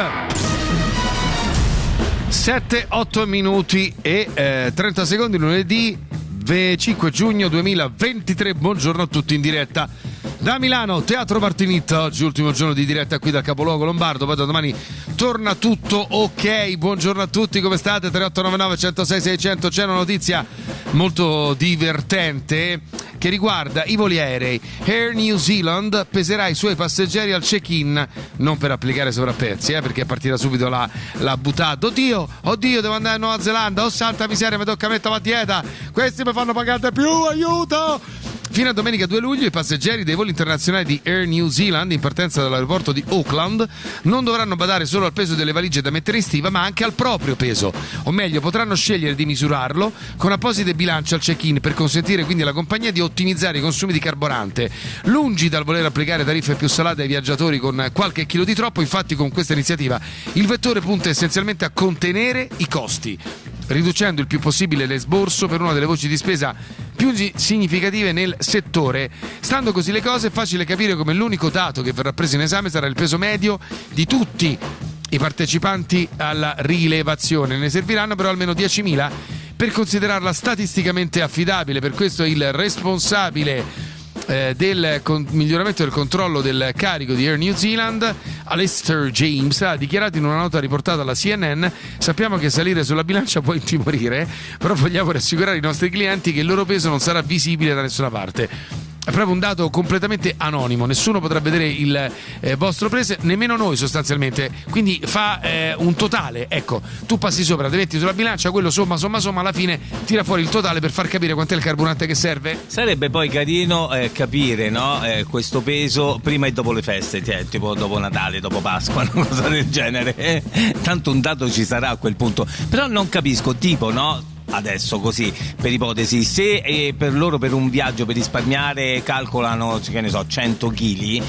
sette otto minuti e eh, trenta secondi, lunedì cinque giugno duemilaventitré. Buongiorno a tutti in diretta da Milano, Teatro Martinit. Oggi ultimo giorno di diretta qui dal capoluogo lombardo, poi da domani torna tutto ok. Buongiorno a tutti, come state? tre otto nove nove uno zero sei sei zero zero. C'è una notizia molto divertente che riguarda i voli aerei. Air New Zealand peserà i suoi passeggeri al check-in, non per applicare sovrapprezzi, eh, perché partirà subito la, la buttata. Oddio, oddio, devo andare in Nuova Zelanda, oh santa miseria, mi tocca mettere la dieta, questi mi fanno pagare più, aiuto! Fino a domenica due luglio i passeggeri dei voli internazionali di Air New Zealand in partenza dall'aeroporto di Auckland non dovranno badare solo al peso delle valigie da mettere in stiva, ma anche al proprio peso, o meglio potranno scegliere di misurarlo con apposite bilance al check-in per consentire quindi alla compagnia di ottimizzare i consumi di carburante. Lungi dal voler applicare tariffe più salate ai viaggiatori con qualche chilo di troppo, infatti con questa iniziativa il vettore punta essenzialmente a contenere i costi, riducendo il più possibile l'esborso per una delle voci di spesa più significative nel settore. Stando così le cose, è facile capire come l'unico dato che verrà preso in esame sarà il peso medio di tutti i partecipanti alla rilevazione. Ne serviranno però almeno diecimila per considerarla statisticamente affidabile. Per questo il responsabile Eh, del con- miglioramento del controllo del carico di Air New Zealand, Alistair James, ha dichiarato in una nota riportata alla C N N: sappiamo che salire sulla bilancia può intimorire, però vogliamo rassicurare i nostri clienti che il loro peso non sarà visibile da nessuna parte. È proprio un dato completamente anonimo, nessuno potrà vedere il eh, vostro peso, nemmeno noi sostanzialmente, quindi fa eh, un totale, ecco, tu passi sopra, ti metti sulla bilancia, quello somma somma somma, alla fine tira fuori il totale per far capire quant'è il carburante che serve. Sarebbe poi carino eh, capire, no, eh, questo peso prima e dopo le feste, cioè, tipo dopo Natale, dopo Pasqua, una cosa del genere, eh? Tanto un dato ci sarà a quel punto, però non capisco, tipo, no, adesso così per ipotesi, se eh, per loro per un viaggio per risparmiare calcolano, che ne so, cento chili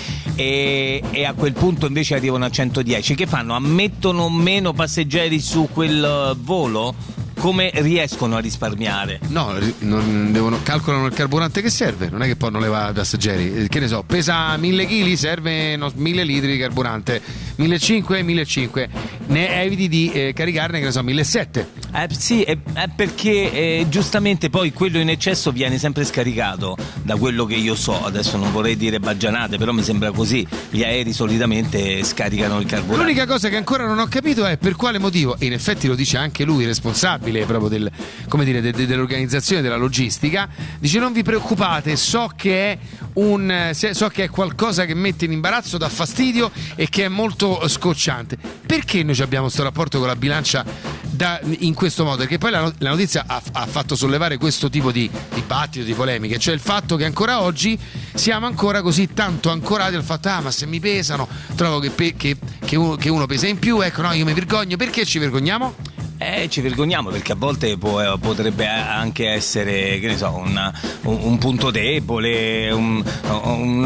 e, e a quel punto invece arrivano a centodieci, che fanno? Ammettono meno passeggeri su quel volo? Come riescono a risparmiare? No, non devono, calcolano il carburante che serve, non è che poi non le va ai passeggeri, che ne so, pesa mille chili, serve no, mille litri di carburante, millecinquecento, millecinquecento, ne eviti di eh, caricarne, che ne so, millesettecento. Eh, sì, è, è perché eh, giustamente poi quello in eccesso viene sempre scaricato, da quello che io so, adesso non vorrei dire baggianate, però mi sembra così, gli aerei solitamente scaricano il carburante. L'unica cosa che ancora non ho capito è per quale motivo, e in effetti lo dice anche lui, responsabile proprio del, come dire, de, de, dell'organizzazione della logistica, dice: non vi preoccupate, so che è un so che è qualcosa che mette in imbarazzo, dà fastidio e che è molto scocciante. Perché noi abbiamo questo rapporto con la bilancia da, in questo modo? Perché poi la, la notizia ha, ha fatto sollevare questo tipo di dibattito, di polemiche, cioè il fatto che ancora oggi siamo ancora così tanto ancorati al fatto: ah, ma se mi pesano trovo che, pe, che, che, uno, che uno pesa in più, ecco, no, io mi vergogno. Perché ci vergogniamo? Eh, ci vergogniamo perché a volte può, potrebbe anche essere, che ne so, una, un, un punto debole, un, un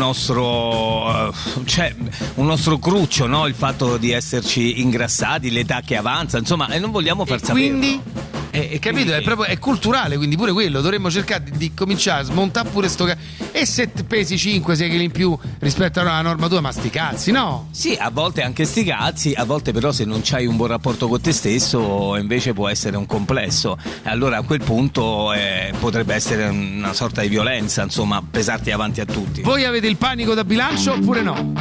nostro cioè un nostro cruccio, no? Il fatto di esserci ingrassati, l'età che avanza, insomma, e non vogliamo far e sapere. Quindi? Eh, eh, capito? È proprio è culturale, quindi pure quello dovremmo cercare di, di cominciare a smontare pure sto ca- e se pesi cinque sei chili in più rispetto alla norma tua, ma sti cazzi, no? Sì, a volte anche sti cazzi, a volte però se non c'hai un buon rapporto con te stesso invece può essere un complesso. Allora a quel punto eh, potrebbe essere una sorta di violenza, insomma, pesarti davanti a tutti. Voi avete il panico da bilancio oppure no?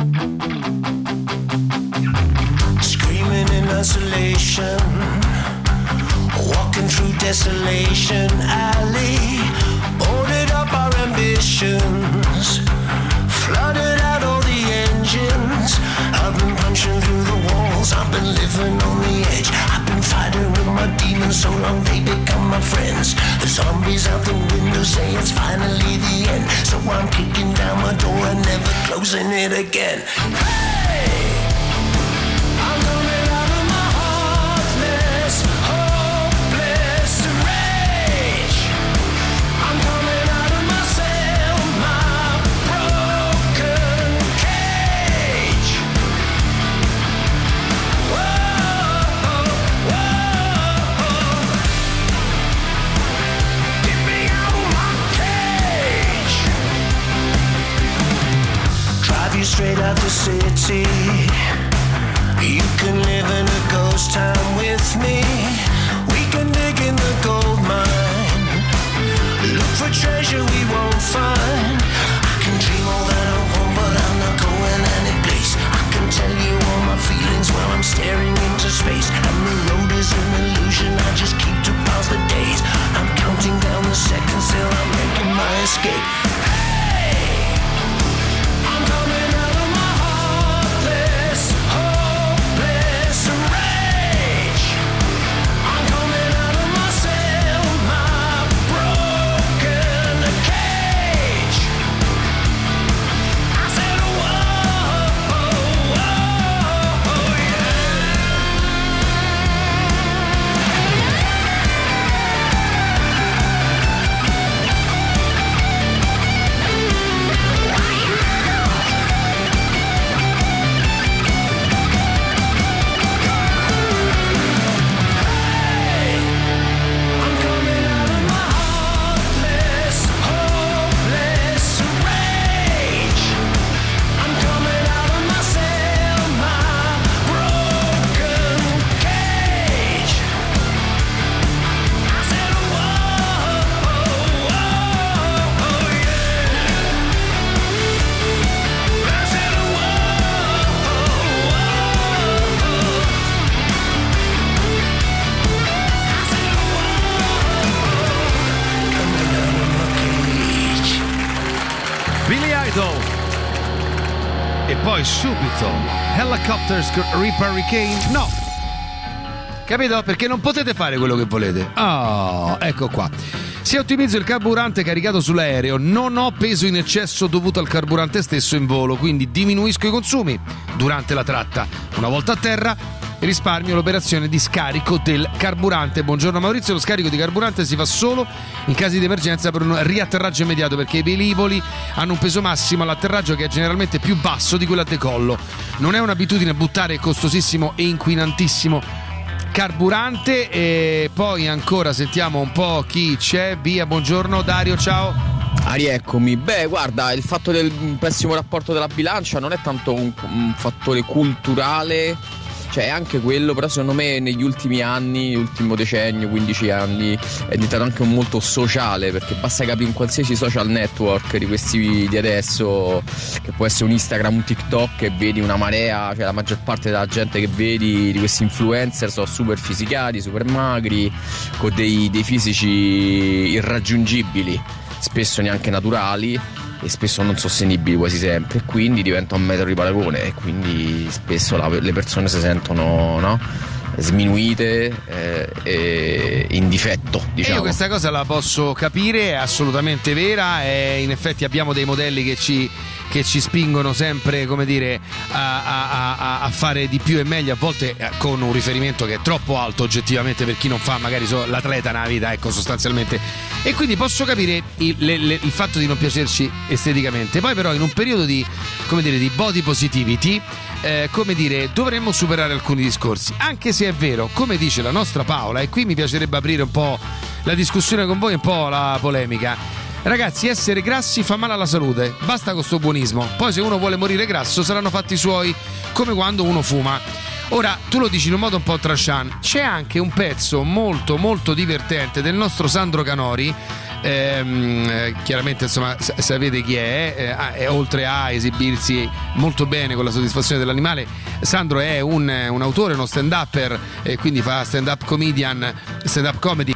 Screaming in isolation, walking through desolation alley, ordered up our ambitions, flooded out all the engines. I've been punching through the walls, I've been living on the edge, I've been fighting with my demons so long they become my friends. The zombies out the window say it's finally the end, so I'm kicking down my door and never closing it again. Hey! I'm coming out of my heartless, hopeless rage. I'm coming out of myself, my broken cage. Whoa, whoa, get me out of my cage. Drive you straight out the city. You can live in a ghost town with me. We can dig in the gold mine, look for treasure we won't find. I can dream all that I want, but I'm not going any place. I can tell you all my feelings while I'm staring into space. And the road is an illusion, I just keep to pass the days. I'm counting down the seconds till I'm making my escape. Hey! I'm coming out of my heartless, hopeless rage. I'm coming out of myself, my broken cage. I said, whoa, whoa, yeah. I'm coming out of my heartless, hopeless rage. I'm coming out of myself, my broken cage. I said, whoa, whoa, yeah. I said, Billy Idol e poi subito Helicopters Reaper Hurricane. No, capito? Perché non potete fare quello che volete. Oh, ecco qua. Se ottimizzo il carburante caricato sull'aereo, non ho peso in eccesso dovuto al carburante stesso in volo, quindi diminuisco i consumi durante la tratta. Una volta a terra risparmio l'operazione di scarico del carburante. Buongiorno Maurizio, lo scarico di carburante si fa solo in casi di emergenza per un riatterraggio immediato, perché i velivoli hanno un peso massimo all'atterraggio che è generalmente più basso di quello a decollo. Non è un'abitudine buttare costosissimo e inquinantissimo carburante. E poi ancora sentiamo un po' chi c'è. Via, buongiorno Dario, ciao. Ah, rieccomi. Beh, guarda, il fatto del pessimo rapporto della bilancia non è tanto un, un fattore culturale, cioè è anche quello, però secondo me negli ultimi anni, l'ultimo decennio, quindici anni, è diventato anche un molto sociale, perché basta capire in qualsiasi social network di questi di adesso, che può essere un Instagram, un TikTok, e vedi una marea, cioè la maggior parte della gente che vedi di questi influencer sono super fisicati, super magri, con dei, dei fisici irraggiungibili, spesso neanche naturali e spesso non sostenibili quasi sempre, e quindi diventa un metro di paragone, e quindi spesso la, le persone si sentono, no, sminuite eh, e in difetto, diciamo. E io questa cosa la posso capire, è assolutamente vera, e in effetti abbiamo dei modelli che ci che ci spingono sempre, come dire, a, a, a, a fare di più e meglio, a volte con un riferimento che è troppo alto oggettivamente per chi non fa magari so, l'atleta nella vita, ecco, sostanzialmente. E quindi posso capire il, le, le, il fatto di non piacerci esteticamente. Poi però in un periodo di, come dire, di body positivity, eh, come dire, dovremmo superare alcuni discorsi, anche se ragazzi, è vero, come dice la nostra Paola, e qui mi piacerebbe aprire un po' la discussione con voi, un po' la polemica. Ragazzi, essere grassi fa male alla salute, basta con sto buonismo. Poi se uno vuole morire grasso saranno fatti suoi, come quando uno fuma. Ora, tu lo dici in un modo un po' trascian. C'è anche un pezzo molto molto divertente del nostro Sandro Canori, ehm, chiaramente insomma s- sapete chi è, eh, è, oltre a esibirsi molto bene con la soddisfazione dell'animale. Sandro è un, un autore, uno stand-upper, eh, quindi fa stand-up comedian, stand-up comedy.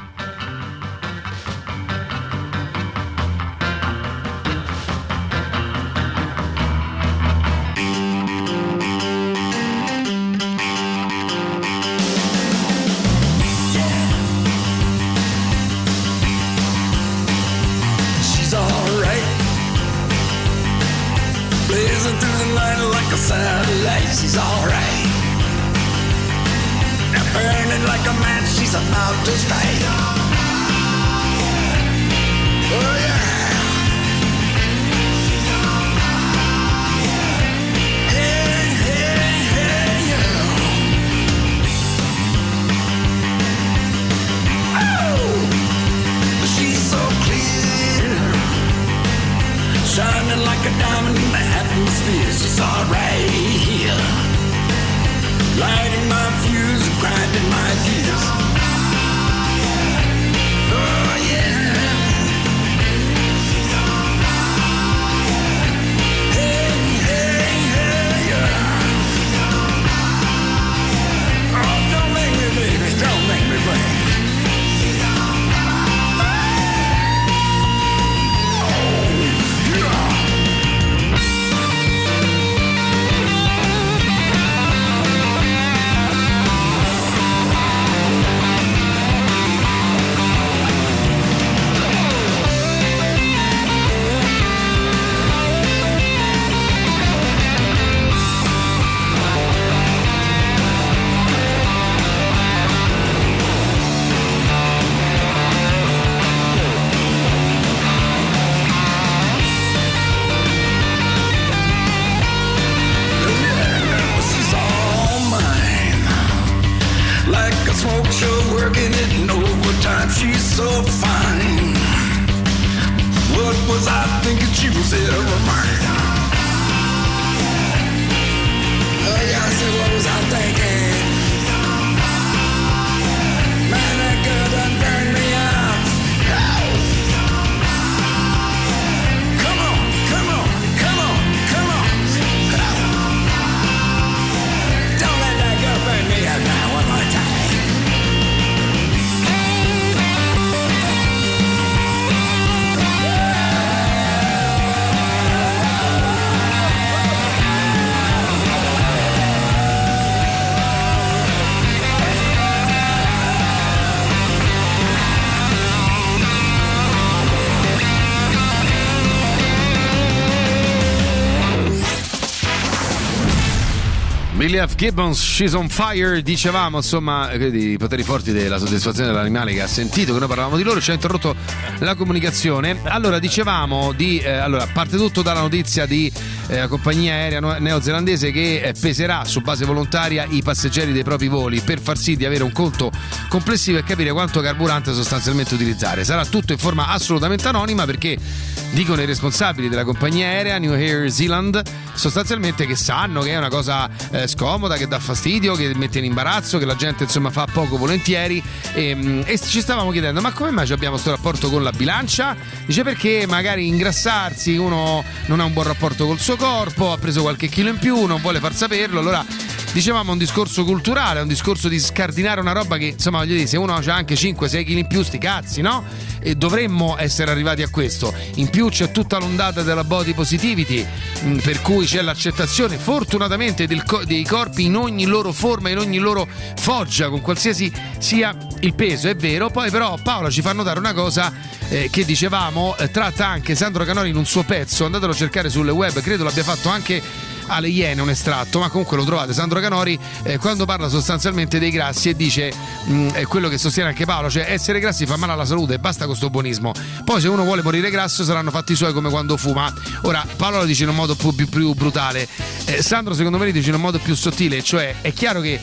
Billy F. Gibbons, She's on Fire. Dicevamo insomma i poteri forti della soddisfazione dell'animale che ha sentito che noi parlavamo di loro, ci ha interrotto la comunicazione. Allora dicevamo di eh, allora parte tutto dalla notizia di eh, compagnia aerea neozelandese che eh, peserà su base volontaria i passeggeri dei propri voli per far sì di avere un conto complessivo e capire quanto carburante sostanzialmente utilizzare. Sarà tutto in forma assolutamente anonima, perché dicono i responsabili della compagnia aerea New Air Zealand sostanzialmente che sanno che è una cosa eh, scomoda, che dà fastidio, che mette in imbarazzo, che la gente insomma fa poco volentieri, e, e ci stavamo chiedendo ma come mai abbiamo questo rapporto con la bilancia? Dice perché magari ingrassarsi, uno non ha un buon rapporto col suo corpo, ha preso qualche chilo in più, non vuole far saperlo. Allora dicevamo un discorso culturale, un discorso di scardinare una roba che insomma voglio dire, se uno ha anche cinque sei chili in più sti cazzi, no? E dovremmo essere arrivati a questo. In più c'è tutta l'ondata della body positivity, mh, per cui c'è l'accettazione fortunatamente del co- dei corpi in ogni loro forma, in ogni loro foggia, con qualsiasi sia il peso, è vero. Poi però Paola ci fa notare una cosa eh, che dicevamo, eh, tratta anche Sandro Canori in un suo pezzo, andatelo a cercare sul web, credo l'abbia fatto anche alle Iene un estratto, ma comunque lo trovate. Sandro Canori eh, quando parla sostanzialmente dei grassi e dice mh, è quello che sostiene anche Paolo, cioè essere grassi fa male alla salute, basta con sto buonismo. Poi se uno vuole morire grasso saranno fatti i suoi, come quando fuma. Ora Paolo lo dice in un modo più, più, più brutale, eh, Sandro secondo me lo dice in un modo più sottile, cioè è chiaro che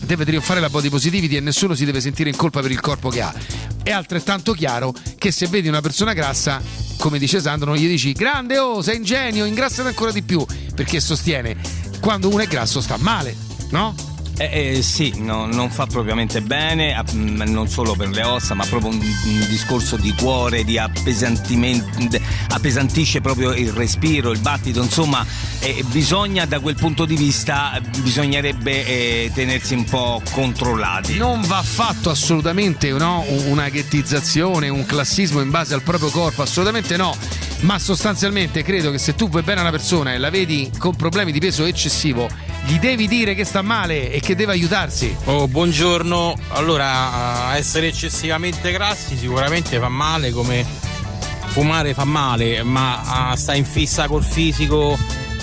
deve trionfare la body positivity e nessuno si deve sentire in colpa per il corpo che ha. È altrettanto chiaro che se vedi una persona grassa, come dice Sandro, non gli dici grande, oh sei ingenio, ingrassate ancora di più, perché sostiene quando uno è grasso sta male, no? Eh, eh, sì, no, non fa propriamente bene, a, mh, non solo per le ossa, ma proprio un, un discorso di cuore, di appesantimento, appesantisce proprio il respiro, il battito, insomma, eh, bisogna, da quel punto di vista, bisognerebbe eh, tenersi un po' controllati. Non va fatto assolutamente, no, una ghettizzazione, un classismo in base al proprio corpo, assolutamente no. Ma sostanzialmente credo che se tu vuoi bene a una persona e la vedi con problemi di peso eccessivo, gli devi dire che sta male e che deve aiutarsi. Oh, buongiorno. Allora, essere eccessivamente grassi sicuramente fa male, come fumare fa male, ma sta in fissa col fisico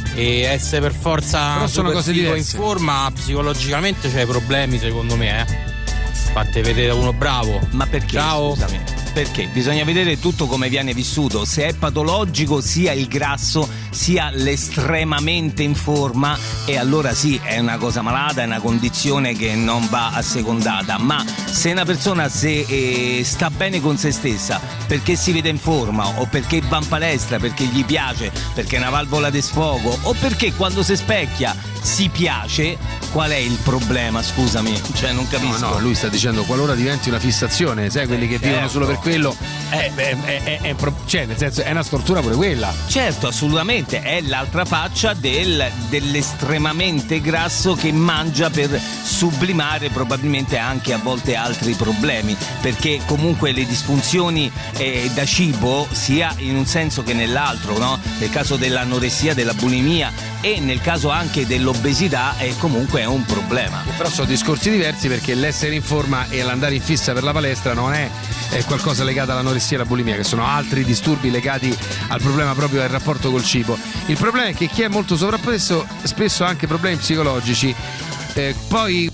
e essere per forza Però sono cose in diverse. forma, psicologicamente c'hai problemi secondo me, eh. Fate vedere uno bravo. Ma perché? Ciao. Scusami. Perché bisogna vedere tutto come viene vissuto, se è patologico sia il grasso sia l'estremamente in forma, e allora sì, è una cosa malata, è una condizione che non va assecondata. Ma se una persona se, eh, sta bene con se stessa perché si vede in forma, o perché va in palestra, perché gli piace, perché è una valvola di sfogo, o perché quando si specchia si piace, qual è il problema? Scusami, cioè non capisco. No, no, lui sta dicendo qualora diventi una fissazione, sai, quelli che certo. vivono solo per quello, è, è, è, è, è, cioè nel senso è una stortura pure quella. Certo, assolutamente, è l'altra faccia del, dell'estremamente grasso che mangia per sublimare probabilmente anche a volte altri problemi, perché comunque le disfunzioni eh, da cibo, sia in un senso che nell'altro, no? Nel caso dell'anoressia, della bulimia e nel caso anche dell'obesità, è comunque è un problema. Però sono discorsi diversi, perché l'essere in forma e l'andare in fissa per la palestra non è, è qualcosa legato all'anoressia e alla bulimia, che sono altri disturbi legati al problema proprio del rapporto col cibo. Il problema è che chi è molto sovrappeso spesso ha anche problemi psicologici. Eh, poi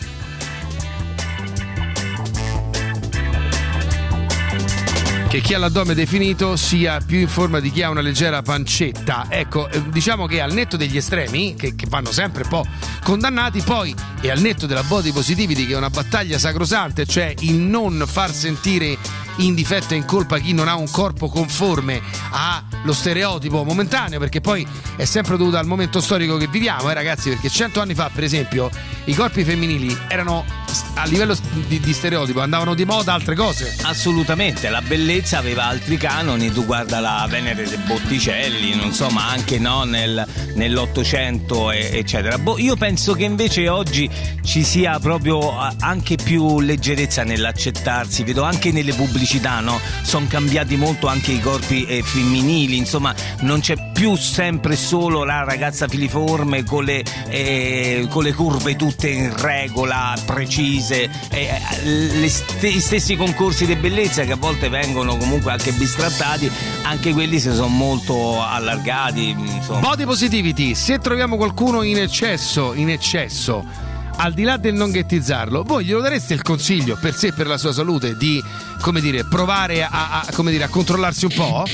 che chi ha l'addome definito sia più in forma di chi ha una leggera pancetta. Ecco, eh, diciamo che al netto degli estremi, che, che vanno sempre un po' condannati, poi, e al netto della body positivity, che è una battaglia sacrosante, cioè il non far sentire in difetto e in colpa chi non ha un corpo conforme allo stereotipo momentaneo, perché poi è sempre dovuto al momento storico che viviamo, eh ragazzi, perché cento anni fa, per esempio, i corpi femminili erano, a livello di, di stereotipo, andavano di moda altre cose. Assolutamente, la bellezza aveva altri canoni, tu guarda la Venere dei Botticelli, non so, ma anche no, nel, nell'Ottocento eccetera. Boh, io penso che invece oggi ci sia proprio anche più leggerezza nell'accettarsi, vedo anche nelle pubblicità, no? Sono cambiati molto anche i corpi eh, femminili, insomma non c'è più sempre solo la ragazza filiforme con le, eh, con le curve tutte in regola, precise, eh, le st- gli stessi concorsi di bellezza che a volte vengono comunque anche bistrattati, anche quelli si sono molto allargati, insomma. Body positivity, se troviamo qualcuno in eccesso, in eccesso, al di là del non ghettizzarlo, voi glielo dareste il consiglio per sé e per la sua salute di, come dire, provare a, a, come dire, a controllarsi un po'?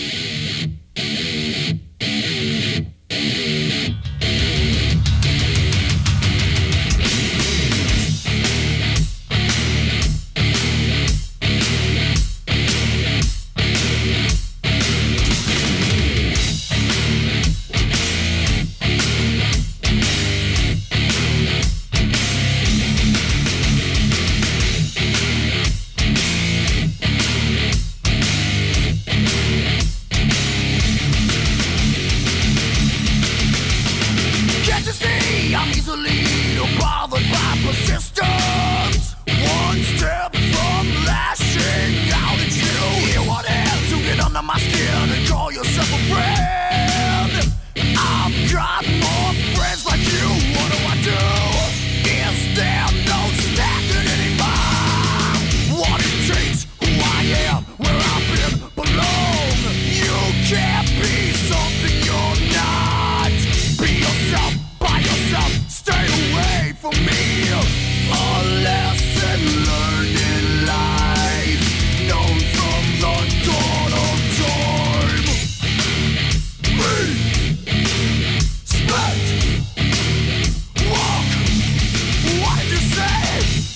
What did you say?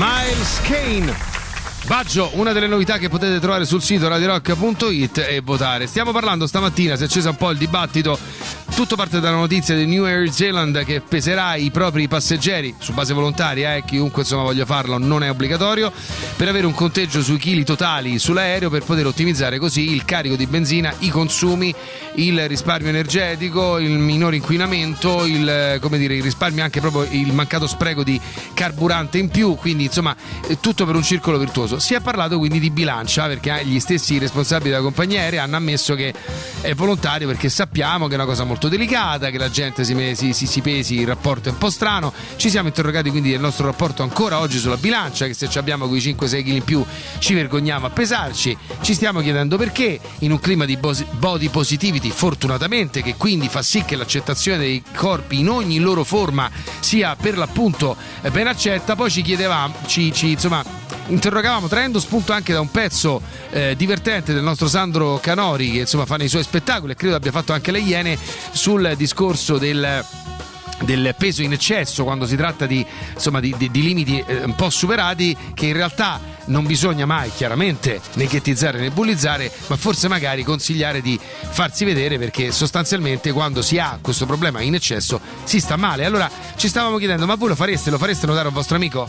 Miles Kane. Baggio, una delle novità che potete trovare sul sito radio rock punto it e votare. Stiamo parlando stamattina, si è acceso un po' il dibattito. Tutto parte dalla notizia di New Air Zealand che peserà i propri passeggeri su base volontaria, eh, chiunque insomma voglia farlo, non è obbligatorio, per avere un conteggio sui chili totali sull'aereo, per poter ottimizzare così il carico di benzina, i consumi, il risparmio energetico, il minore inquinamento, il, come dire, il risparmio, anche proprio il mancato spreco di carburante in più, quindi insomma tutto per un circolo virtuoso. Si è parlato quindi di bilancia, perché gli stessi responsabili della compagnia aerea hanno ammesso che è volontario, perché sappiamo che è una cosa molto delicata, che la gente si, si, si, si pesi, il rapporto è un po' strano. Ci siamo interrogati quindi del nostro rapporto ancora oggi sulla bilancia, che se ci abbiamo quei cinque sei chili in più ci vergogniamo a pesarci. Ci stiamo chiedendo perché, in un clima di body positivity, fortunatamente, che quindi fa sì che l'accettazione dei corpi in ogni loro forma sia per l'appunto ben accetta. Poi ci chiedevamo, ci, ci insomma interrogavamo, traendo spunto anche da un pezzo eh, divertente del nostro Sandro Canori, che insomma fa nei suoi spettacoli, e credo abbia fatto anche le Iene, sul discorso del del peso in eccesso, quando si tratta di, insomma, di, di, di limiti eh, un po' superati, che in realtà non bisogna mai chiaramente neghettizzare, nebulizzare, ma forse magari consigliare di farsi vedere, perché sostanzialmente quando si ha questo problema in eccesso si sta male. Allora ci stavamo chiedendo, ma voi lo fareste? Lo fareste notare a un vostro amico?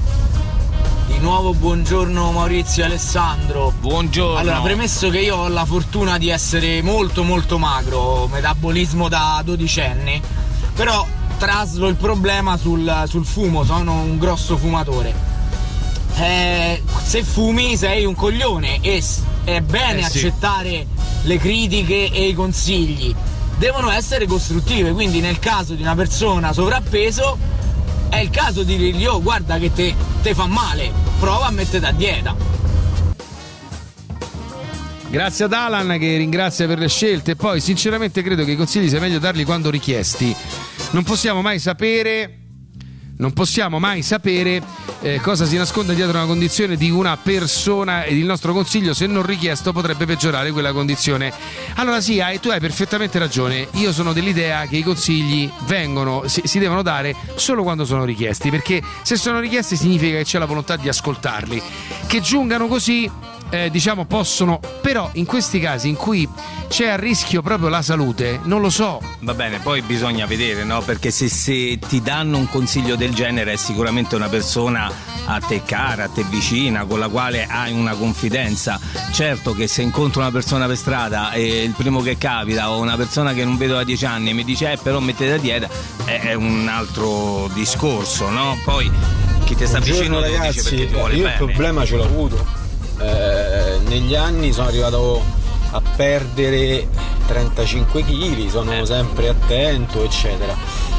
Di nuovo buongiorno Maurizio e Alessandro. Buongiorno. Allora, premesso che io ho la fortuna di essere molto molto magro, metabolismo da dodicenne, però traslo il problema sul, sul fumo, sono un grosso fumatore. Eh, se fumi sei un coglione e è bene eh sì. accettare le critiche e i consigli, devono essere costruttive, quindi nel caso di una persona sovrappeso è il caso di dirgli: oh, guarda che te, te fa male, prova a mettere a dieta. Grazie ad Alan, che ringrazia per le scelte. Poi sinceramente credo che i consigli sia meglio darli quando richiesti. Non possiamo mai sapere Non possiamo mai sapere eh, cosa si nasconde dietro una condizione di una persona, ed il nostro consiglio, se non richiesto, potrebbe peggiorare quella condizione. Allora sì, hai, tu hai perfettamente ragione. Io sono dell'idea che i consigli vengono, si, si devono dare solo quando sono richiesti, perché se sono richiesti significa che c'è la volontà di ascoltarli. Che giungano così, Eh, diciamo possono, però in questi casi in cui c'è a rischio proprio la salute, non lo so. Va bene, poi bisogna vedere, no? Perché se, se ti danno un consiglio del genere è sicuramente una persona a te cara, a te vicina, con la quale hai una confidenza. Certo che se incontro una persona per strada e il primo che capita, o una persona che non vedo da dieci anni e mi dice eh però mettete a dieta, è, è un altro discorso, no? Poi chi ti sta vicino ragazzi, ti dice perché ti vuole io bene. Il problema ce l'ho avuto. Eh, negli anni sono arrivato a perdere trentacinque chili, sono sempre attento eccetera,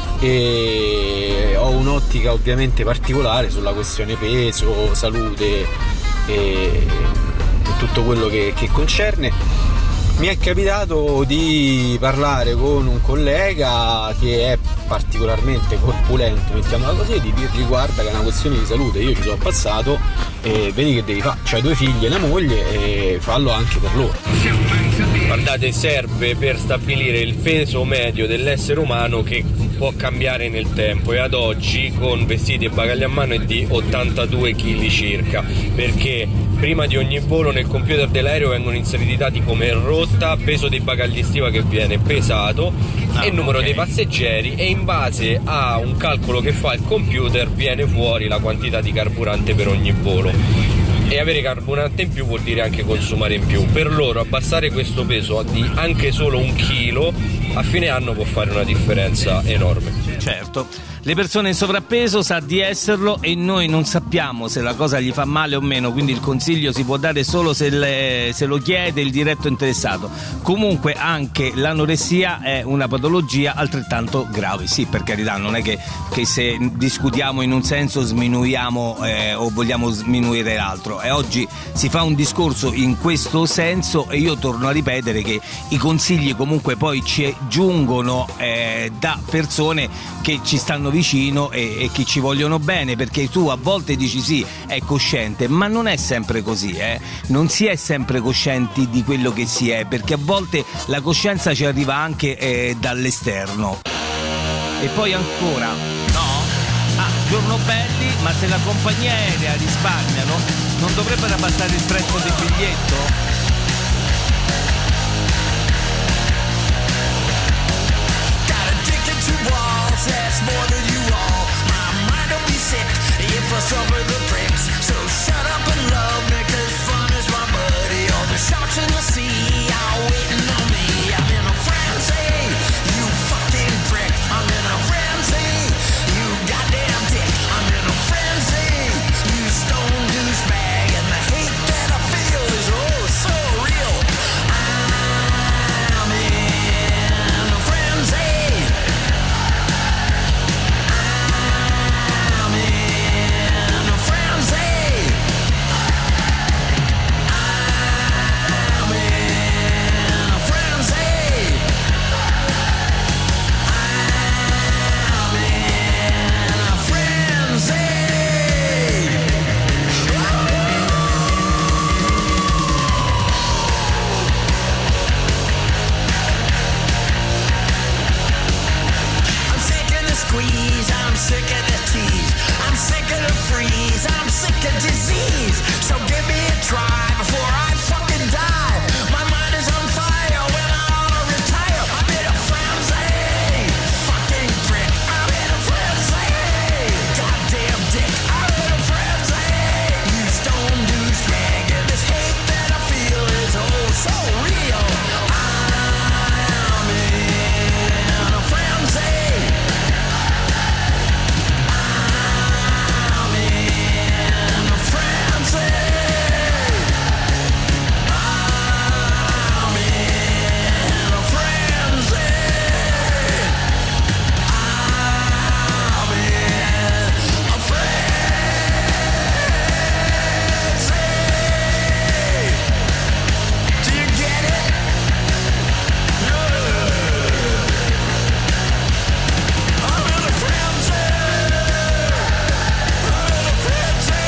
e ho un'ottica ovviamente particolare sulla questione peso, salute e tutto quello che, che concerne. Mi è capitato di parlare con un collega che è particolarmente corpulento, mettiamola così, di dirgli guarda che è una questione di salute, io ci sono passato e vedi che devi fare, c'hai due figli e una moglie e fallo anche per loro. Guardate, serve per stabilire il peso medio dell'essere umano, che può cambiare nel tempo, e ad oggi con vestiti e bagagli a mano è di ottantadue chili circa, perché prima di ogni volo nel computer dell'aereo vengono inseriti dati come rotta, peso dei bagagli stiva che viene pesato ah, e numero okay. dei passeggeri, e in base a un calcolo che fa il computer viene fuori la quantità di carburante per ogni volo. E avere carburante in più vuol dire anche consumare in più. Per loro abbassare questo peso di anche solo un chilo a fine anno può fare una differenza enorme. Certo, le persone in sovrappeso sa di esserlo e noi non sappiamo se la cosa gli fa male o meno, quindi il consiglio si può dare solo se, le, se lo chiede il diretto interessato. Comunque anche l'anoressia è una patologia altrettanto grave, sì, per carità, non è che, che se discutiamo in un senso sminuiamo eh, o vogliamo sminuire l'altro, e oggi si fa un discorso in questo senso, e io torno a ripetere che i consigli comunque poi ci giungono eh, da persone che ci stanno vicino e, e che ci vogliono bene, perché tu a volte dici sì, è cosciente, ma non è sempre così, eh? Non si è sempre coscienti di quello che si è, perché a volte la coscienza ci arriva anche eh, dall'esterno. E poi ancora, no? Ah, giorno belli, ma se la compagnia aerea risparmiano, non dovrebbero abbassare il prezzo del biglietto? Got addicted to walls, that's more than you all. My mind will be sick if I suffer the pricks. So shut up and love me, 'cause fun is my buddy. All the sharks in the sea are waiting on me. I'm in a frenzy, you fucking prick. I'm in a frenzy, you goddamn dick. I'm in a frenzy, you stone douchebag. And the hate that I feel is oh so real. I'm in a frenzy. I'm in a frenzy. I'm in a frenzy. I'm in a frenzy. I'm sick of the squeeze, I'm sick of the tease, I'm sick of the freeze, I'm sick of disease. So give me a try before I fucking die. My mind is on fire when I ought to retire. I'm in a frenzy, fucking prick. I'm in a frenzy, goddamn dick. I'm in a frenzy, you stone douchebag. And this hate that I feel is oh so real. I'm in a frenzy. I'm in a frenzy. I'm in a frenzy. I'm in a frenzy. Do you get it? I'm in a frenzy. I'm in a frenzy.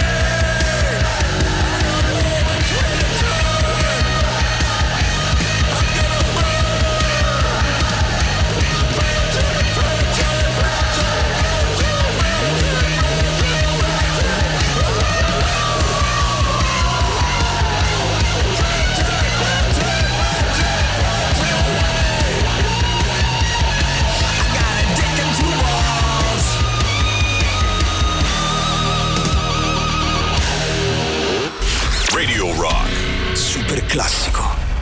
Radio Rock. Super classico.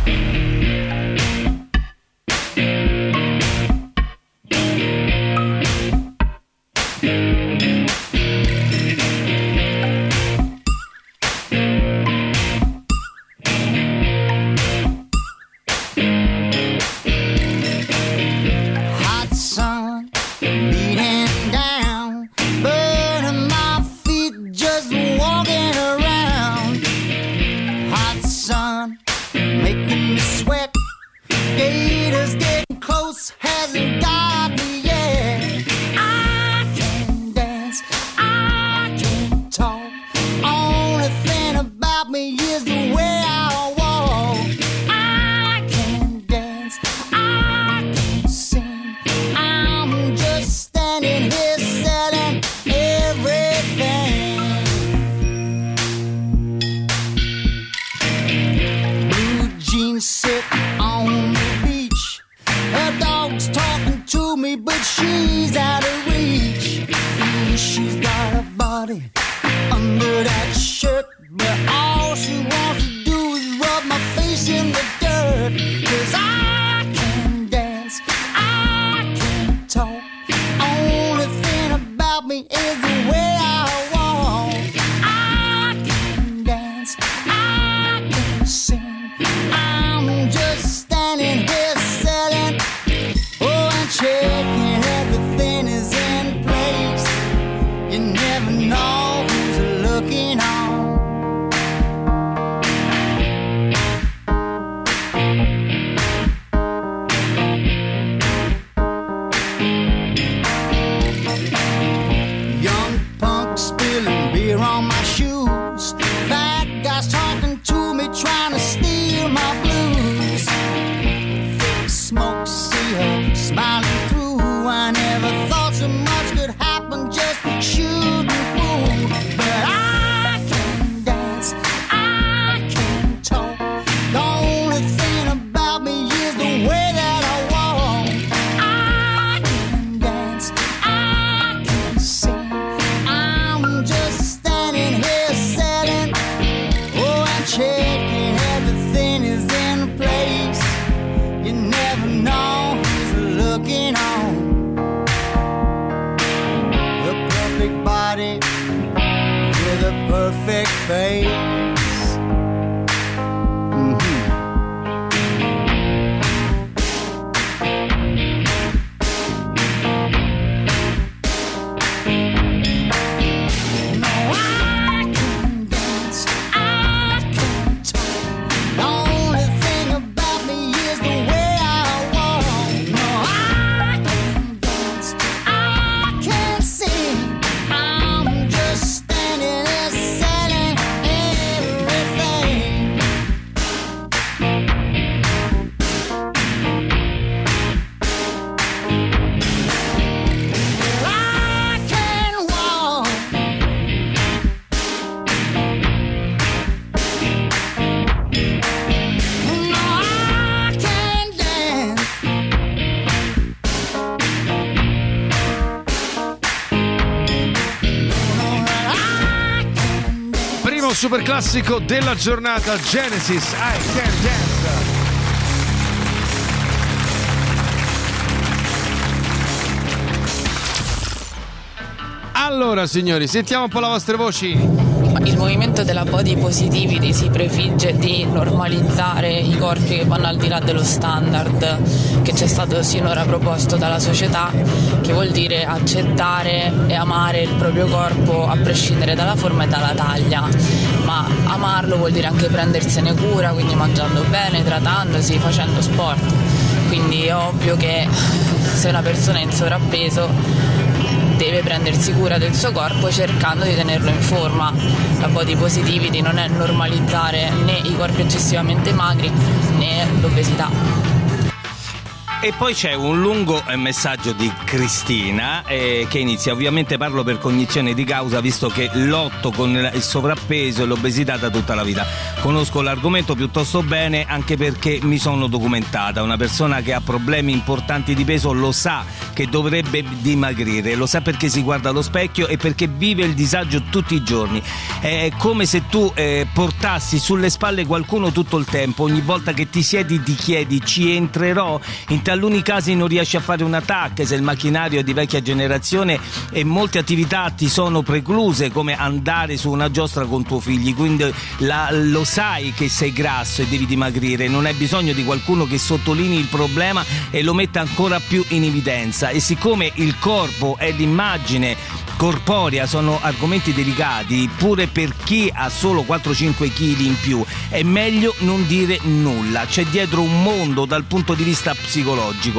Hot sun beating down, burning my feet just walking around. Hot sun making me sweat. Gators getting close, hasn't got me yet. I can dance, I can talk. Only thing about me is the way I walk. I can dance, I can sing. I'm just standing here selling everything. Blue jeans sit on the beach. Her dog's talking to me, but she's out of reach. Mm, She's got a body under that shirt, but all she wants to do is rub my face in the dirt. 'Cause I can dance, I can talk. Only thing about me is the way I walk. I can dance, I can sing. I'm just standing here selling, oh, and checking everything is in place. You never know who's looking on. Young punk spilling beer on my shoes. Bad guys talking to me, trying to steal my blues. Thick smoke, see her smiling through. I never thought so much could happen just shoot perfect face. Mhm. Super classico della giornata, Genesis, I Can Dance. Allora signori, sentiamo un po' le vostre voci. Il movimento della body positivity si prefigge di normalizzare i corpi che vanno al di là dello standard che ci è stato sinora proposto dalla società, che vuol dire accettare e amare il proprio corpo a prescindere dalla forma e dalla taglia, ma amarlo vuol dire anche prendersene cura, quindi mangiando bene, idratandosi, facendo sport. Quindi è ovvio che se una persona è in sovrappeso deve prendersi cura del suo corpo cercando di tenerlo in forma. La body positivity non è normalizzare né i corpi eccessivamente magri né l'obesità. E poi c'è un lungo messaggio di Cristina eh, che inizia: ovviamente parlo per cognizione di causa, visto che lotto con il sovrappeso e l'obesità da tutta la vita. Conosco l'argomento piuttosto bene, anche perché mi sono documentata. Una persona che ha problemi importanti di peso lo sa che dovrebbe dimagrire, lo sa perché si guarda allo specchio e perché vive il disagio tutti i giorni. È come se tu eh, portassi sulle spalle qualcuno tutto il tempo. Ogni volta che ti siedi ti chiedi: ci entrerò? In taluni casi non riesci a fare un attacco se il macchinario è di vecchia generazione e molte attività ti sono precluse, come andare su una giostra con tuo figlio, quindi la, lo sai che sei grasso e devi dimagrire. Non hai bisogno di qualcuno che sottolinei il problema e lo metta ancora più in evidenza. E siccome il corpo e l'immagine corporea sono argomenti delicati pure per chi ha solo quattro cinque chili in più, è meglio non dire nulla. C'è dietro un mondo dal punto di vista psicologico.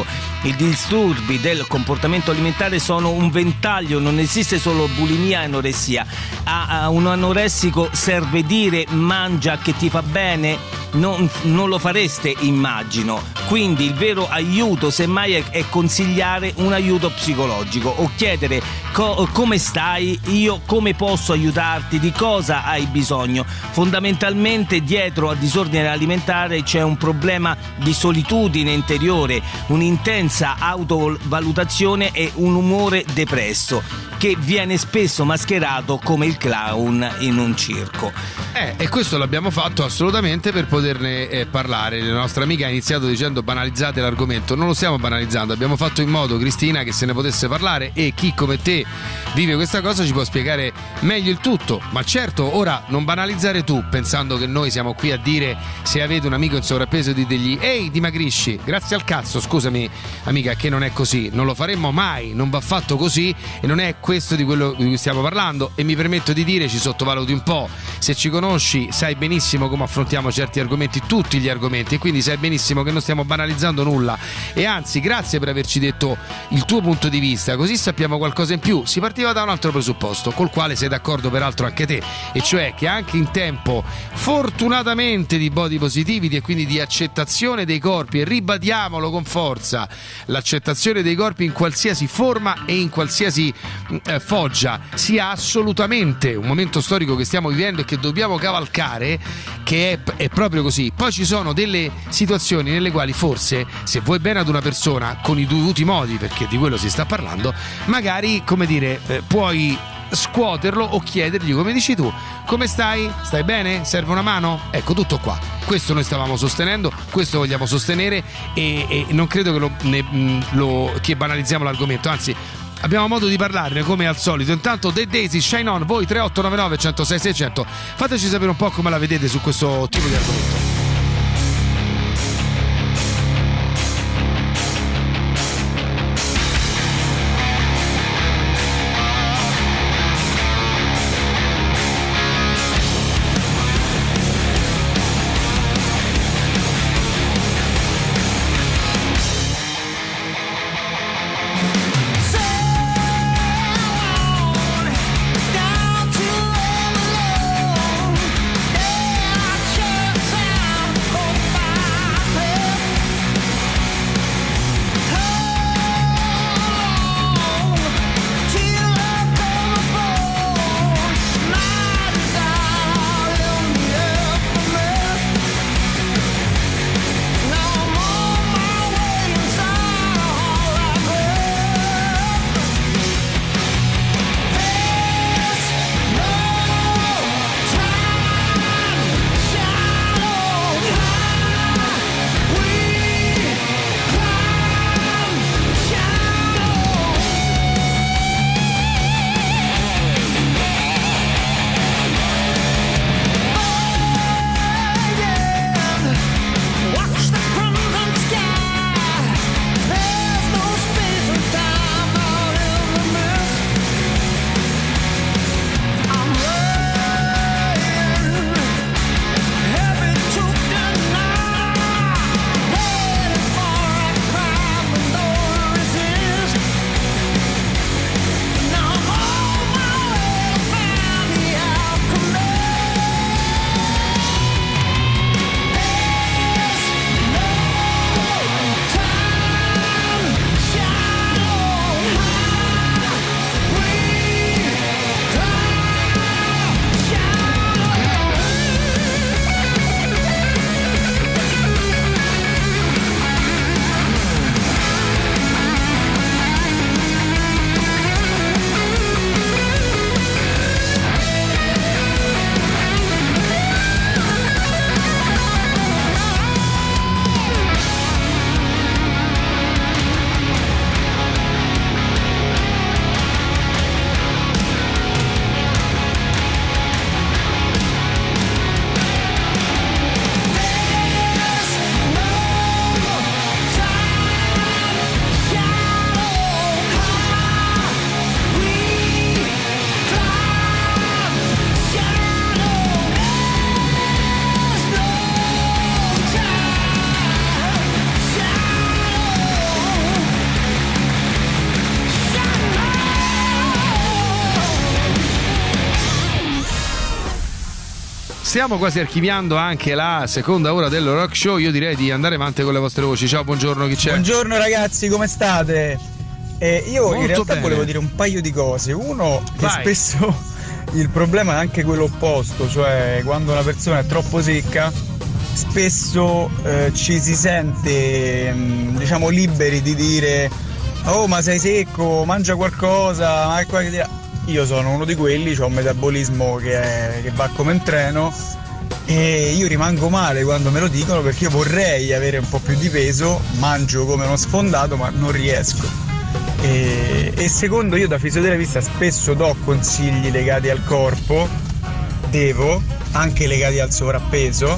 I disturbi del comportamento alimentare sono un ventaglio, non esiste solo bulimia e anoressia. A, a un anoressico serve dire mangia che ti fa bene? Non, non lo fareste, immagino. Quindi il vero aiuto semmai è, è consigliare un aiuto psicologico o chiedere co- come stai, io come posso aiutarti, di cosa hai bisogno. Fondamentalmente dietro al disordine alimentare c'è un problema di solitudine interiore, un'intensa autovalutazione e un umore depresso che viene spesso mascherato come il clown in un circo. Eh, e questo l'abbiamo fatto assolutamente per poterne eh, parlare. La nostra amica ha iniziato dicendo banalizzate l'argomento. Non lo stiamo banalizzando, abbiamo fatto in modo, Cristina, che se ne potesse parlare, e chi come te vive questa cosa ci può spiegare meglio il tutto. Ma certo, ora non banalizzare tu pensando che noi siamo qui a dire se avete un amico in sovrappeso ditegli ehi dimagrisci, grazie al cazzo, scusami amica, che non è così, non lo faremmo mai, non va fatto così e non è questo di quello di cui stiamo parlando. E mi permetto di dire, ci sottovaluti un po', se ci conosci sai benissimo come affrontiamo certi argomenti, tutti gli argomenti, e quindi sai benissimo che non stiamo banalizzando nulla. E anzi, grazie per averci detto il tuo punto di vista, così sappiamo qualcosa in più. Si partiva da un altro presupposto, col quale sei d'accordo peraltro anche te, e cioè che anche in tempo fortunatamente di body positivity e quindi di accettazione dei corpi, e ribadiamolo con forza, l'accettazione dei corpi in qualsiasi forma e in qualsiasi eh, foggia, sia assolutamente un momento storico che stiamo vivendo e che dobbiamo cavalcare, che è, è proprio così. Poi ci sono delle situazioni nelle quali forse, se vuoi bene ad una persona con i dovuti modi, perché di quello si sta parlando, magari, come dire, eh, puoi scuoterlo o chiedergli, come dici tu, come stai? Stai bene? Serve una mano? Ecco, tutto qua. Questo noi stavamo sostenendo, questo vogliamo sostenere, e, e non credo che, lo, ne, lo, che banalizziamo l'argomento, anzi abbiamo modo di parlarne come al solito. Intanto The Daisy, Shine On, voi tre otto nove nove uno zero sei sei zero zero, fateci sapere un po' come la vedete su questo tipo di argomento. Stiamo quasi archiviando anche la seconda ora del Rock Show. Io direi di andare avanti con le vostre voci. Ciao, buongiorno, chi c'è? Buongiorno ragazzi, come state? Eh, io Molto in realtà bene. volevo dire un paio di cose. Uno, che Vai. spesso il problema è anche quello opposto, cioè quando una persona è troppo secca, spesso eh, ci si sente mh, diciamo liberi di dire: oh, ma sei secco, mangia qualcosa, ma è qua che ti-". Io sono uno di quelli, ho un metabolismo che, è, che va come un treno e io rimango male quando me lo dicono, perché io vorrei avere un po' più di peso, mangio come uno sfondato ma non riesco. E, e secondo, io da fisioterapista spesso do consigli legati al corpo, devo, anche legati al sovrappeso,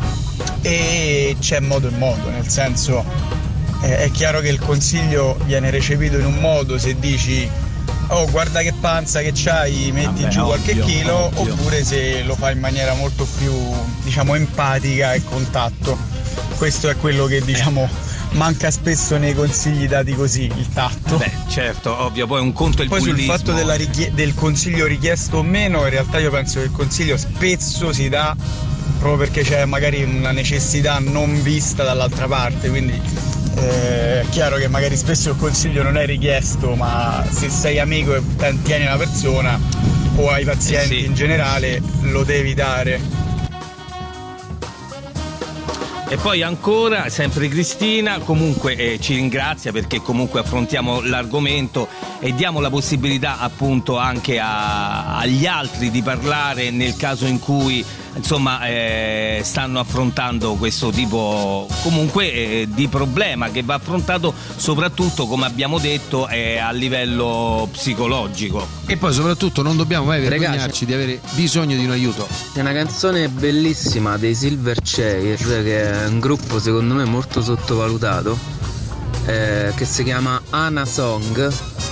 e c'è modo e modo, nel senso eh, è chiaro che il consiglio viene recepito in un modo se dici: oh, guarda che panza che c'hai, metti Vabbè, giù qualche ovvio, chilo, ovvio. oppure se lo fai in maniera molto più, diciamo, empatica e contatto. Questo è quello che, diciamo, manca spesso nei consigli dati così, il tatto. Beh, certo, ovvio, poi un conto è il Poi sul bullismo. fatto della richie- del consiglio richiesto o meno, in realtà io penso che il consiglio spesso si dà proprio perché c'è magari una necessità non vista dall'altra parte, quindi eh, è chiaro che magari spesso il consiglio non è richiesto, ma se sei amico e tieni una persona o ai pazienti Eh sì. in generale lo devi dare. E poi ancora, sempre Cristina, comunque eh, ci ringrazia perché comunque affrontiamo l'argomento e diamo la possibilità appunto anche a, agli altri di parlare nel caso in cui insomma eh, stanno affrontando questo tipo comunque eh, di problema che va affrontato soprattutto, come abbiamo detto, eh, a livello psicologico. E poi soprattutto non dobbiamo mai vergognarci Ragazzi, di avere bisogno di un aiuto. C'è una canzone bellissima dei Silverchair, che è un gruppo secondo me molto sottovalutato, eh, che si chiama Ana Song,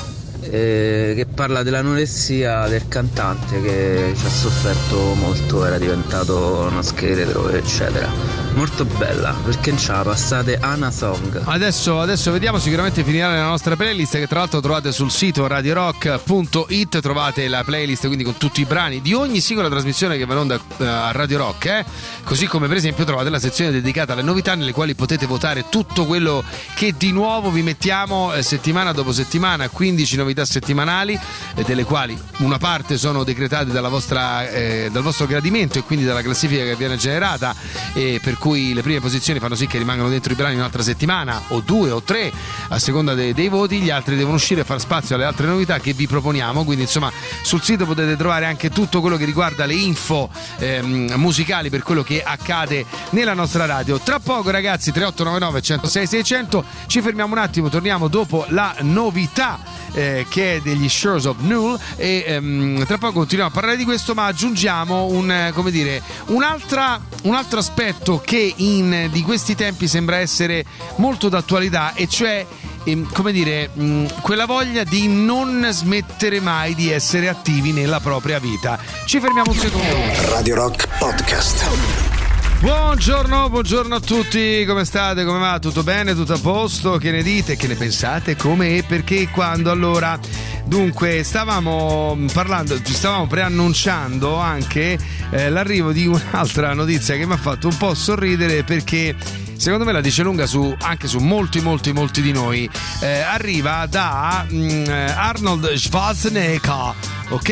eh, che parla dell'anoressia del cantante che ci ha sofferto molto, era diventato uno scheletro eccetera. Molto bella, perché non ce la passate? Ana Song. Adesso, adesso vediamo, sicuramente finirà nella nostra playlist, che tra l'altro trovate sul sito radio rock punto it, trovate la playlist quindi con tutti i brani di ogni singola trasmissione che va in onda uh, a Radio Rock, eh? Così come per esempio trovate la sezione dedicata alle novità, nelle quali potete votare tutto quello che di nuovo vi mettiamo eh, settimana dopo settimana, quindici novità settimanali, eh, delle quali una parte sono decretate dalla vostra, eh, dal vostro gradimento e quindi dalla classifica che viene generata, e per cui le prime posizioni fanno sì che rimangano dentro i brani un'altra settimana o due o tre a seconda dei, dei voti, gli altri devono uscire e far spazio alle altre novità che vi proponiamo. Quindi insomma sul sito potete trovare anche tutto quello che riguarda le info ehm, musicali per quello che accade nella nostra radio. Tra poco ragazzi, tre otto nove nove uno zero sei sei zero zero, ci fermiamo un attimo, torniamo dopo la novità eh, che è degli Shores of Null e ehm, tra poco continuiamo a parlare di questo, ma aggiungiamo un, eh, come dire, un'altra, un altro aspetto che in di questi tempi sembra essere molto d'attualità, e cioè ehm, come dire mh, quella voglia di non smettere mai di essere attivi nella propria vita. Ci fermiamo un secondo. Radio Rock Podcast. Buongiorno, buongiorno a tutti, come state? Come va? Tutto bene? Tutto a posto? Che ne dite? Che ne pensate? Come e perché? Quando? Allora, dunque, stavamo parlando, ci stavamo preannunciando anche eh, l'arrivo di un'altra notizia che mi ha fatto un po' sorridere, perché secondo me la dice lunga su, anche su molti molti molti di noi. Eh, arriva da mh, Arnold Schwarzenegger, ok?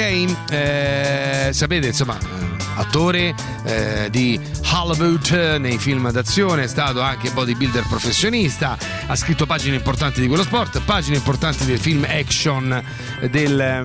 Eh, sapete, insomma, attore eh, di Hollywood nei film d'azione, è stato anche bodybuilder professionista, ha scritto pagine importanti di quello sport, pagine importanti dei film action del,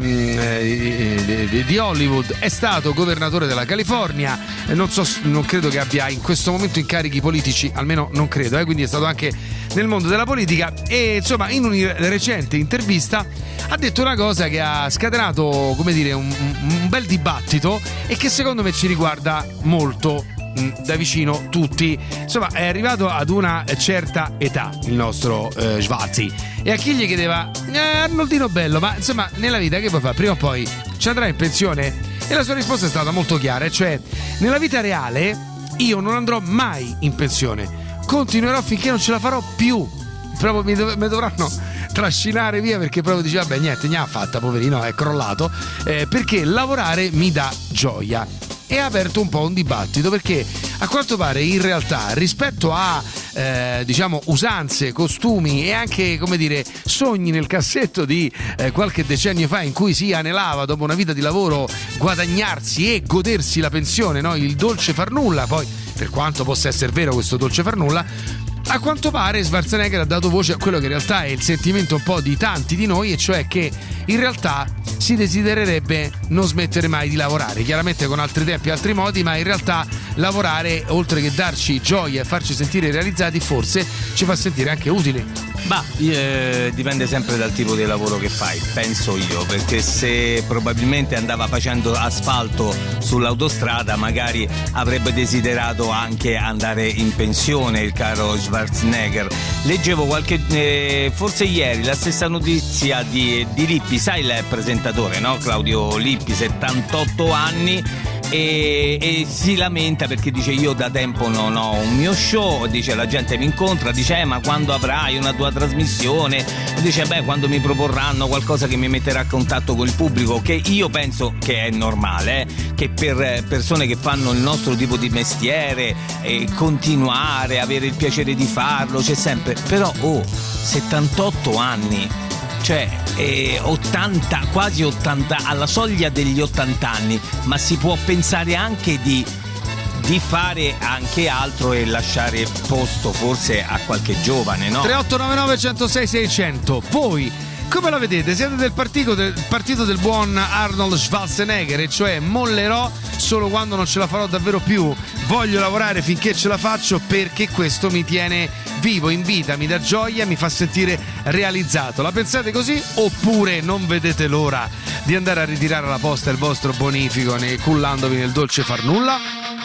eh, di, di Hollywood, è stato governatore della California, eh, non so, non credo che abbia in questo momento incarichi politici, almeno non credo, eh, quindi è stato anche nel mondo della politica, e insomma in una recente intervista ha detto una cosa che ha scatenato, come dire, un, un bel dibattito e che secondo me ci riguarda molto mh, da vicino tutti. Insomma, è arrivato ad una certa età il nostro eh, Schwarzi, e a chi gli chiedeva eh, Arnoldino bello, ma insomma nella vita che puoi fare? Prima o poi ci andrai in pensione? E la sua risposta è stata molto chiara, cioè nella vita reale io non andrò mai in pensione, continuerò finché non ce la farò più, proprio mi, dov- mi dovranno trascinare via, perché proprio dice vabbè niente, ne ha fatta, poverino, è crollato, eh, perché lavorare mi dà gioia. E ha aperto un po' un dibattito, perché a quanto pare in realtà rispetto a eh, diciamo usanze, costumi e anche, come dire, sogni nel cassetto di eh, qualche decennio fa, in cui si anelava dopo una vita di lavoro guadagnarsi e godersi la pensione, no? Il dolce far nulla, poi per quanto possa essere vero questo dolce far nulla, a quanto pare Schwarzenegger ha dato voce a quello che in realtà è il sentimento un po' di tanti di noi, e cioè che in realtà si desidererebbe non smettere mai di lavorare, chiaramente con altri tempi e altri modi, ma in realtà lavorare, oltre che darci gioia e farci sentire realizzati, forse ci fa sentire anche utili. Ma eh, dipende sempre dal tipo di lavoro che fai, penso io, perché se probabilmente andava facendo asfalto sull'autostrada magari avrebbe desiderato anche andare in pensione il caro Schwarzenegger. Leggevo qualche eh, forse ieri la stessa notizia di, di Lippi, sai il presentatore, no? Claudio Lippi, settantotto anni, e, e si lamenta perché dice io da tempo non ho un mio show, dice la gente mi incontra, dice eh, ma quando avrai una tua trasmissione? Dice beh, quando mi proporranno qualcosa che mi metterà a contatto con il pubblico, che io penso che è normale, eh? Che per persone che fanno il nostro tipo di mestiere eh, continuare, avere il piacere di farlo c'è sempre, però oh, settantotto anni, cioè eh, ottanta, quasi ottanta, alla soglia degli ottanta anni, ma si può pensare anche di, di fare anche altro e lasciare posto forse a qualche giovane, no? tre otto nove nove uno zero sei sei zero zero. Voi come la vedete? Siete del partito del, partito del buon Arnold Schwarzenegger, e cioè mollerò solo quando non ce la farò davvero più. Voglio lavorare finché ce la faccio, perché questo mi tiene vivo, in vita, mi dà gioia, mi fa sentire realizzato. La pensate così oppure non vedete l'ora di andare a ritirare alla posta il vostro bonifico ne, cullandovi nel dolce far nulla?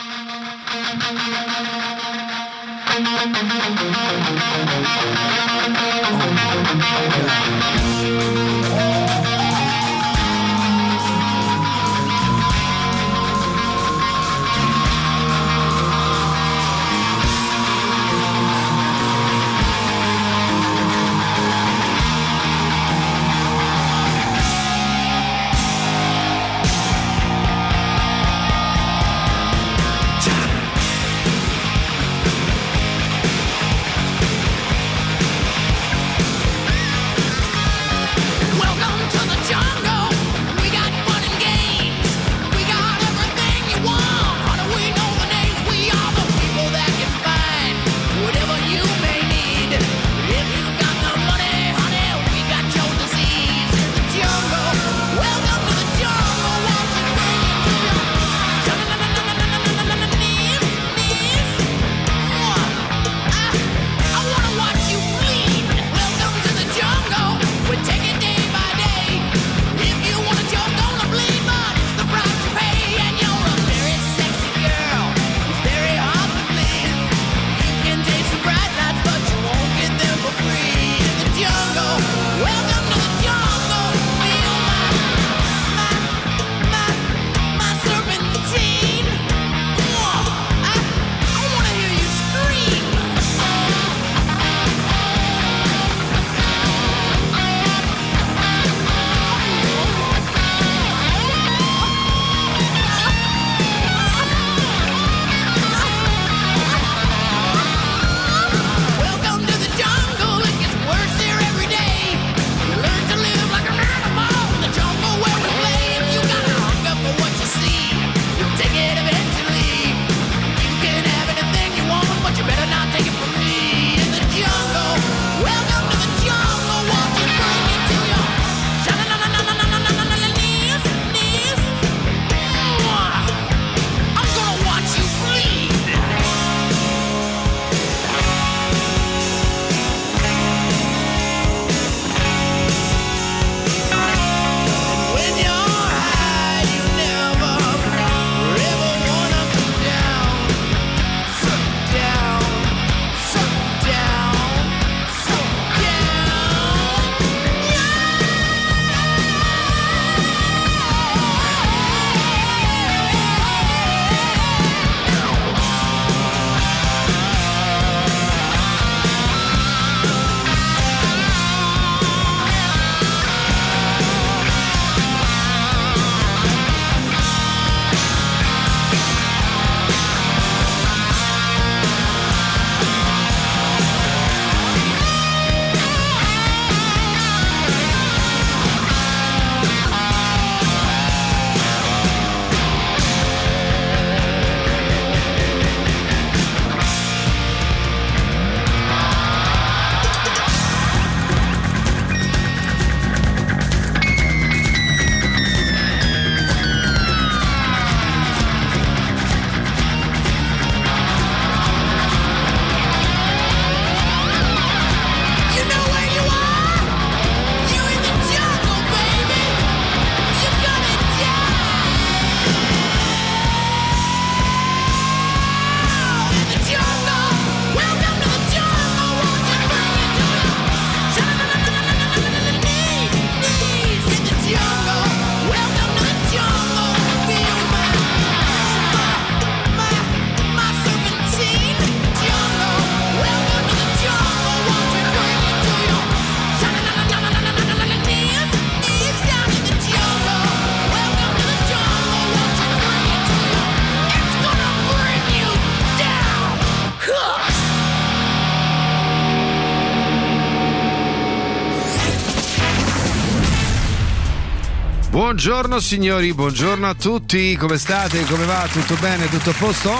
Buongiorno signori, buongiorno a tutti, come state? Come va? Tutto bene? Tutto a posto?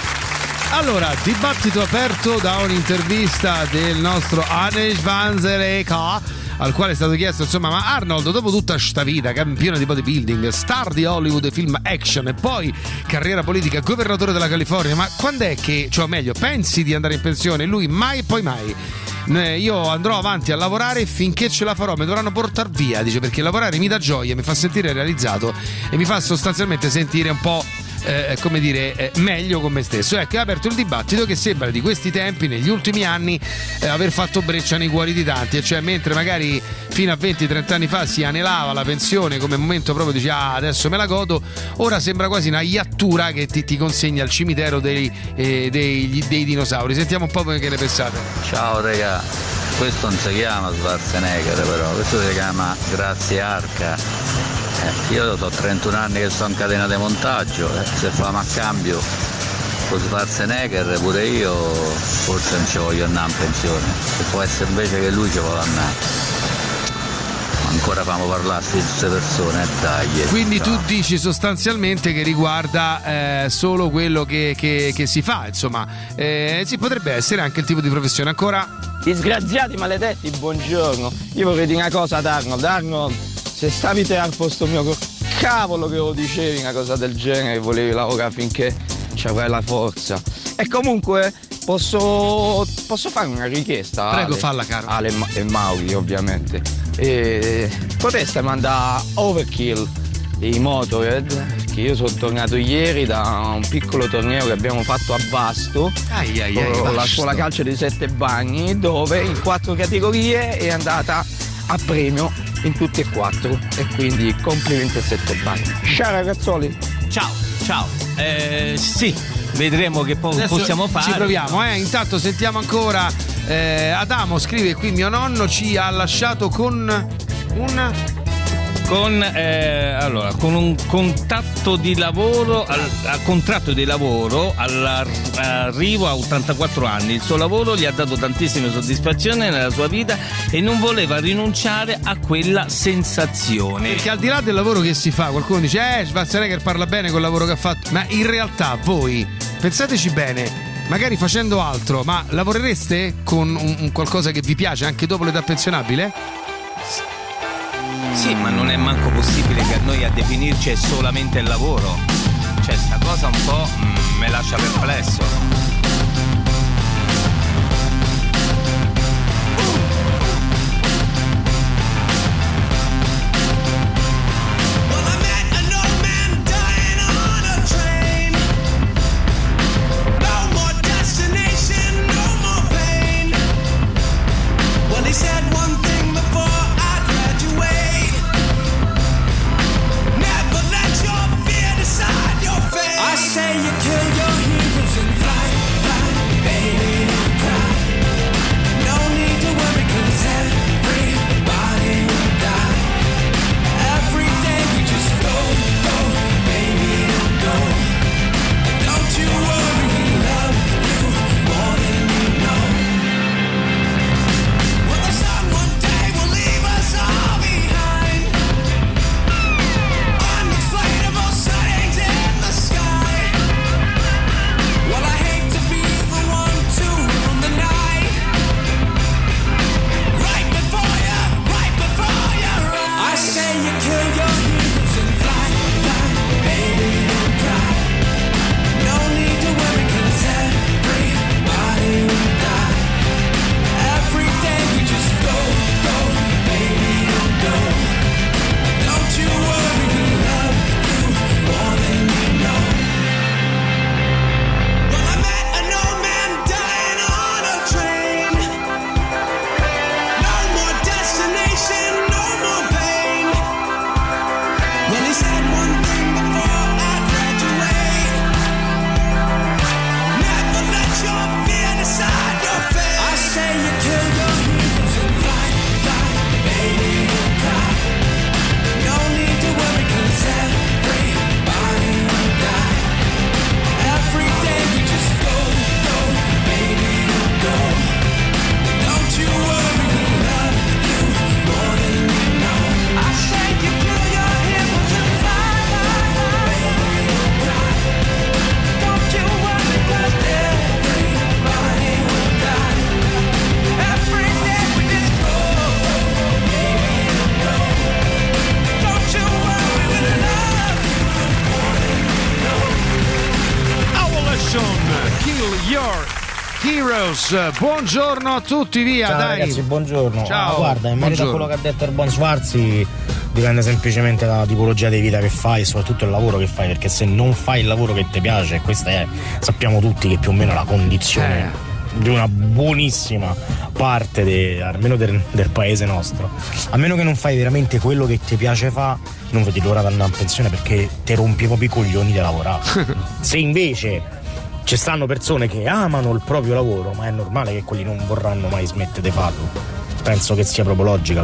Allora, dibattito aperto da un'intervista del nostro Anish Vanzereka al quale è stato chiesto, insomma, ma Arnold, dopo tutta sta vita, campione di bodybuilding, star di Hollywood e film action e poi carriera politica, governatore della California, ma quando è che, cioè meglio, pensi di andare in pensione? Lui mai e poi mai. Io andrò avanti a lavorare finché ce la farò, mi dovranno portare via, dice, perché lavorare mi dà gioia, mi fa sentire realizzato e mi fa sostanzialmente sentire un po' Eh, come dire, eh, meglio con me stesso. Ecco, è aperto il dibattito che sembra di questi tempi, negli ultimi anni, eh, aver fatto breccia nei cuori di tanti, e cioè mentre magari fino a venti trenta anni fa si anelava la pensione come momento proprio, dici ah adesso me la godo, ora sembra quasi una iattura che ti, ti consegna al cimitero dei, eh, dei, dei dinosauri. Sentiamo un po' voi che ne pensate. Ciao regà, questo non si chiama Schwarzenegger, però questo si chiama Grazie Arca. Eh, io ho trentuno anni che sono in catena di montaggio, eh, se famo a cambio con Schwarzenegger pure io forse non ci voglio andare in pensione, se può essere invece che lui ci vuole andare. Ancora famo parlare di queste persone, dai. Quindi ciao. Tu dici sostanzialmente che riguarda eh, solo quello che, che, che si fa, insomma, eh, sì, potrebbe essere anche il tipo di professione. Ancora? Disgraziati maledetti, buongiorno. Io vorrei dire una cosa ad Arnold. Arnold, se stavi te al posto mio, col cavolo che lo dicevi una cosa del genere, volevi lavorare finché c'avrai la forza. E comunque posso, posso fare una richiesta? Prego, Ale, falla, caro. Ale e Mauri, ovviamente. E potreste mandare Overkill di Motorhead, che io sono tornato ieri da un piccolo torneo che abbiamo fatto a Vasto, ai, ai, ai, con la Vasto. scuola calcio di Sette Bagni, dove in quattro categorie è andata a premio in tutte e quattro, e quindi complimenti a Sette Bagni. Ciao ragazzoli. Ciao, ciao. Eh, sì, vedremo che po- Adesso possiamo fare. Ci proviamo, eh. Intanto sentiamo ancora eh, Adamo scrive qui: mio nonno ci ha lasciato con un con eh, allora con un contatto di lavoro al, a contratto di lavoro all'arrivo a ottantaquattro anni. Il suo lavoro gli ha dato tantissime soddisfazioni nella sua vita e non voleva rinunciare a quella sensazione. Perché al di là del lavoro che si fa, qualcuno dice eh Schwarzenegger parla bene col lavoro che ha fatto, ma in realtà voi pensateci bene, magari facendo altro, ma lavorereste con un, un qualcosa che vi piace anche dopo l'età pensionabile? Sì, ma non è manco possibile che a noi a definirci è solamente il lavoro. Cioè, sta cosa un po' mm, me lascia perplesso. Say you kill your heroes in flight. Heroes. Buongiorno a tutti, via. Ciao dai ragazzi, buongiorno. Ciao. Ah, guarda, in merito a quello che ha detto il buon Schwarzi, dipende semplicemente dalla tipologia di vita che fai e soprattutto il lavoro che fai, perché se non fai il lavoro che ti piace, e questa è, sappiamo tutti che più o meno è la condizione eh. di una buonissima parte de, almeno del, del paese nostro, a meno che non fai veramente quello che ti piace fa, non vedi l'ora di andare in pensione, perché ti rompi proprio i coglioni di lavorare. Se invece ci stanno persone che amano il proprio lavoro, ma è normale che quelli non vorranno mai smettere di farlo, penso che sia proprio logica.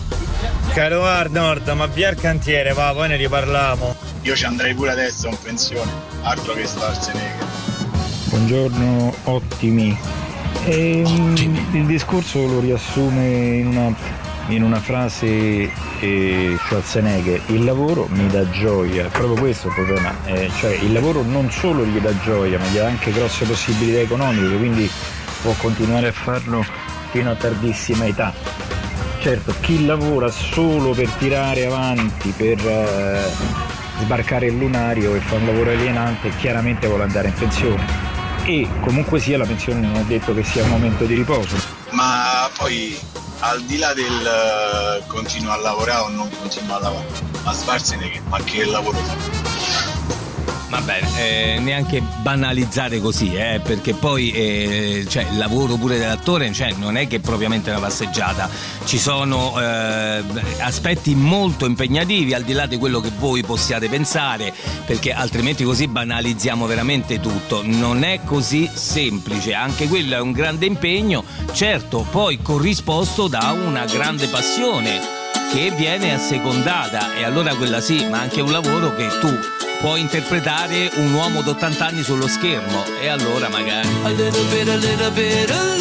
Caro Arnold, ma via il cantiere, va, poi ne riparliamo. Io ci andrei pure adesso a un pensione, altro che Schwarzenegger. Buongiorno ottimi. E, ottimi. Il discorso lo riassume in una, in una frase eh, Schwarzenegger: il lavoro mi dà gioia. È proprio questo il problema, eh, cioè il lavoro non solo gli dà gioia, ma gli dà anche grosse possibilità economiche, quindi può continuare a farlo fino a tardissima età. Certo, chi lavora solo per tirare avanti, per eh, sbarcare il lunario e fare un lavoro alienante, chiaramente vuole andare in pensione. E comunque sia, la pensione non è detto che sia un momento di riposo. Ma poi, al di là del uh, continuo a lavorare o non continuo a lavorare, ma Schwarzenegger, ma che lavoro fa? Va bene, eh, neanche banalizzare così, eh, perché poi eh, cioè, il lavoro pure dell'attore, cioè, non è che è propriamente una passeggiata, ci sono eh, aspetti molto impegnativi al di là di quello che voi possiate pensare, perché altrimenti così banalizziamo veramente tutto. Non è così semplice, anche quello è un grande impegno, certo, poi corrisposto da una grande passione che viene assecondata, e allora quella sì, ma anche un lavoro che tu puoi interpretare un uomo d'ottanta anni sullo schermo, e allora magari A little bit, a little bit of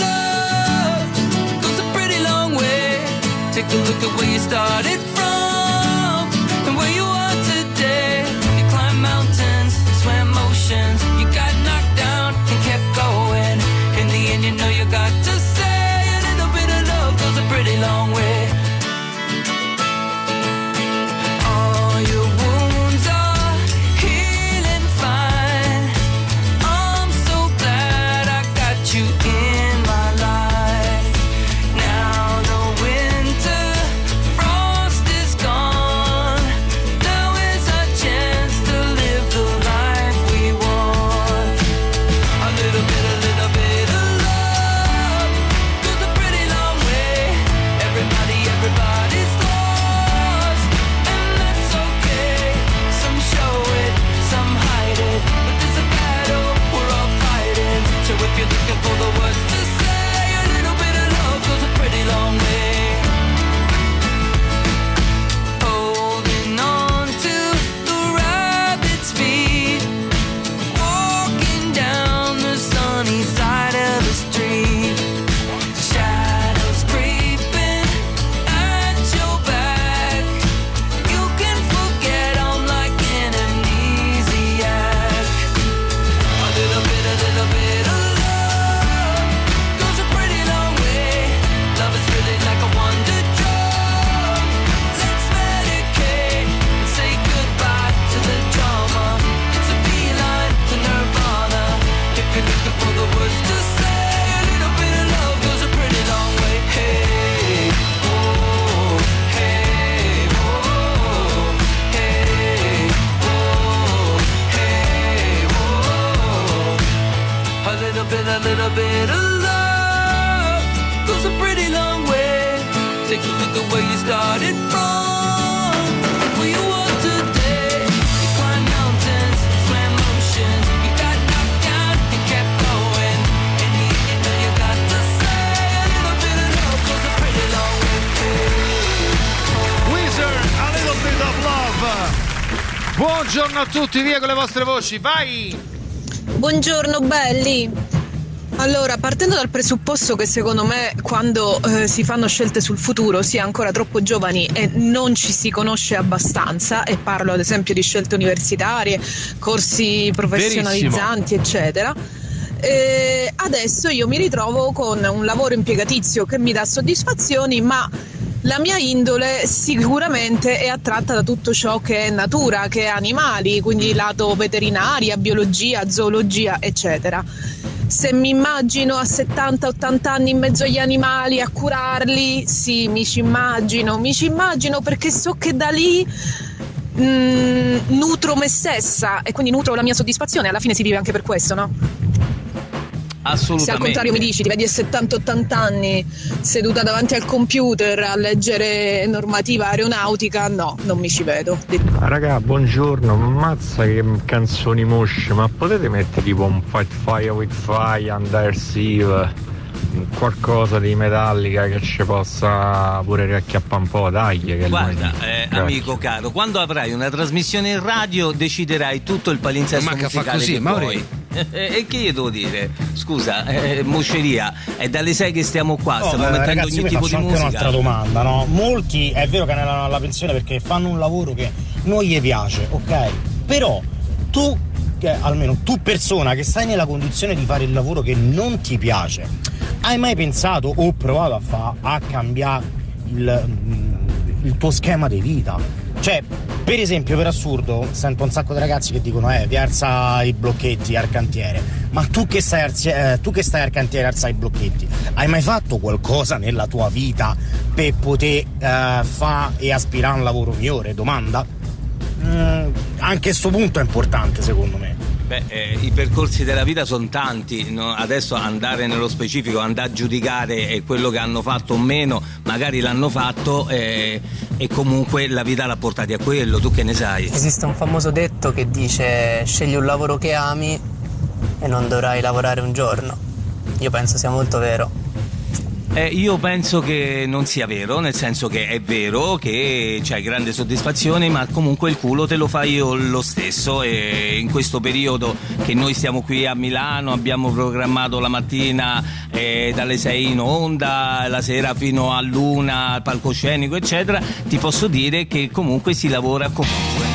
love goes a pretty long way. Take a look at where you started from and where you are today. You climbed mountains, swam oceans, you got knocked down and kept going. In the end, you know you got to say a little bit of love goes a pretty long way. All your wounds are healing fine. I'm so glad I got you in my life. Now the winter frost is gone. Now is our chance to live the life we want. A little bit, a little bit of love goes a pretty long way. Everybody, everybody's lost, and that's okay. Some show it, some hide it, but there's a battle we're all fighting. So if you're looking for the words to say, a little bit of love goes a pretty long way. Holding on to the rabbit's feet, walking down the sunny side of the street. Shadows creeping at your back. You can forget I'm like an amnesiac. A little bit, a little bit of love goes a pretty long way. Love is really like a wonder drug. Let's medicate and say goodbye to the drama. It's a beeline to nirvana. If you're looking for the words to say, a little bit of love goes a pretty long way. Hey, oh, hey, oh, hey, oh, hey, oh. A little bit, a little bit of love goes a pretty long way. Take a look at where you started from, where you are today. You climbed mountains, swam oceans, you got knocked down and kept going. In the end, you know you got to say a little bit of love goes a pretty long way. Wizard, a little bit of love. Buongiorno a tutti, via con le vostre voci, vai! Buongiorno belli. Allora, partendo dal presupposto che secondo me quando eh, si fanno scelte sul futuro si è ancora troppo giovani e non ci si conosce abbastanza, e parlo ad esempio di scelte universitarie, corsi professionalizzanti, eccetera. Eh, adesso io mi ritrovo con un lavoro impiegatizio che mi dà soddisfazioni, ma la mia indole sicuramente è attratta da tutto ciò che è natura, che è animali, quindi lato veterinaria, biologia, zoologia, eccetera. Se mi immagino a settanta ottanta anni in mezzo agli animali a curarli, sì, mi ci immagino, mi ci immagino perché so che da lì mh, nutro me stessa e quindi nutro la mia soddisfazione. Alla fine si vive anche per questo, no? Assolutamente. Se al contrario mi dici ti vedi a settanta ottanta anni seduta davanti al computer a leggere normativa aeronautica, no, non mi ci vedo. Ah, raga, buongiorno, ammazza che canzoni mosce, ma potete mettere tipo un Fight Fire with Fire, Undersea, qualcosa di Metallica che ci possa pure riacchiappare un po', dai. Che Guarda, eh, amico caro, quando avrai una trasmissione in radio deciderai tutto il palinsesto Ma che fa musicale così, che Mauri? vuoi. E che io devo dire? Scusa, eh, mosceria, è dalle sei che stiamo qua, No, stiamo ma mettendo ragazzi, ogni io tipo faccio di anche musica. un'altra domanda, no? Molti è vero che andranno alla pensione perché fanno un lavoro che non gli piace, ok? Però tu, che, almeno tu persona che stai nella condizione di fare il lavoro che non ti piace, hai mai pensato o provato a fa a cambiare il, il tuo schema di vita? Cioè, per esempio, per assurdo, sento un sacco di ragazzi che dicono eh, vi alza i blocchetti al cantiere. Ma tu che stai, arzi- eh, tu che stai al cantiere alza i blocchetti, hai mai fatto qualcosa nella tua vita per poter eh, fare e aspirare a un lavoro migliore? Domanda? Mm, anche a sto punto è importante, secondo me. Beh, eh, i percorsi della vita sono tanti, no? Adesso andare nello specifico, andare a giudicare eh, quello che hanno fatto o meno, magari l'hanno fatto eh, e comunque la vita l'ha portati a quello, tu che ne sai? Esiste un famoso detto che dice scegli un lavoro che ami e non dovrai lavorare un giorno. Io penso sia molto vero. Eh, io penso che non sia vero, nel senso che è vero che c'hai grande soddisfazione, ma comunque il culo te lo fai io lo stesso, e in questo periodo che noi stiamo qui a Milano abbiamo programmato la mattina eh, dalle sei in onda, la sera fino all'una al palcoscenico eccetera, ti posso dire che comunque si lavora comunque.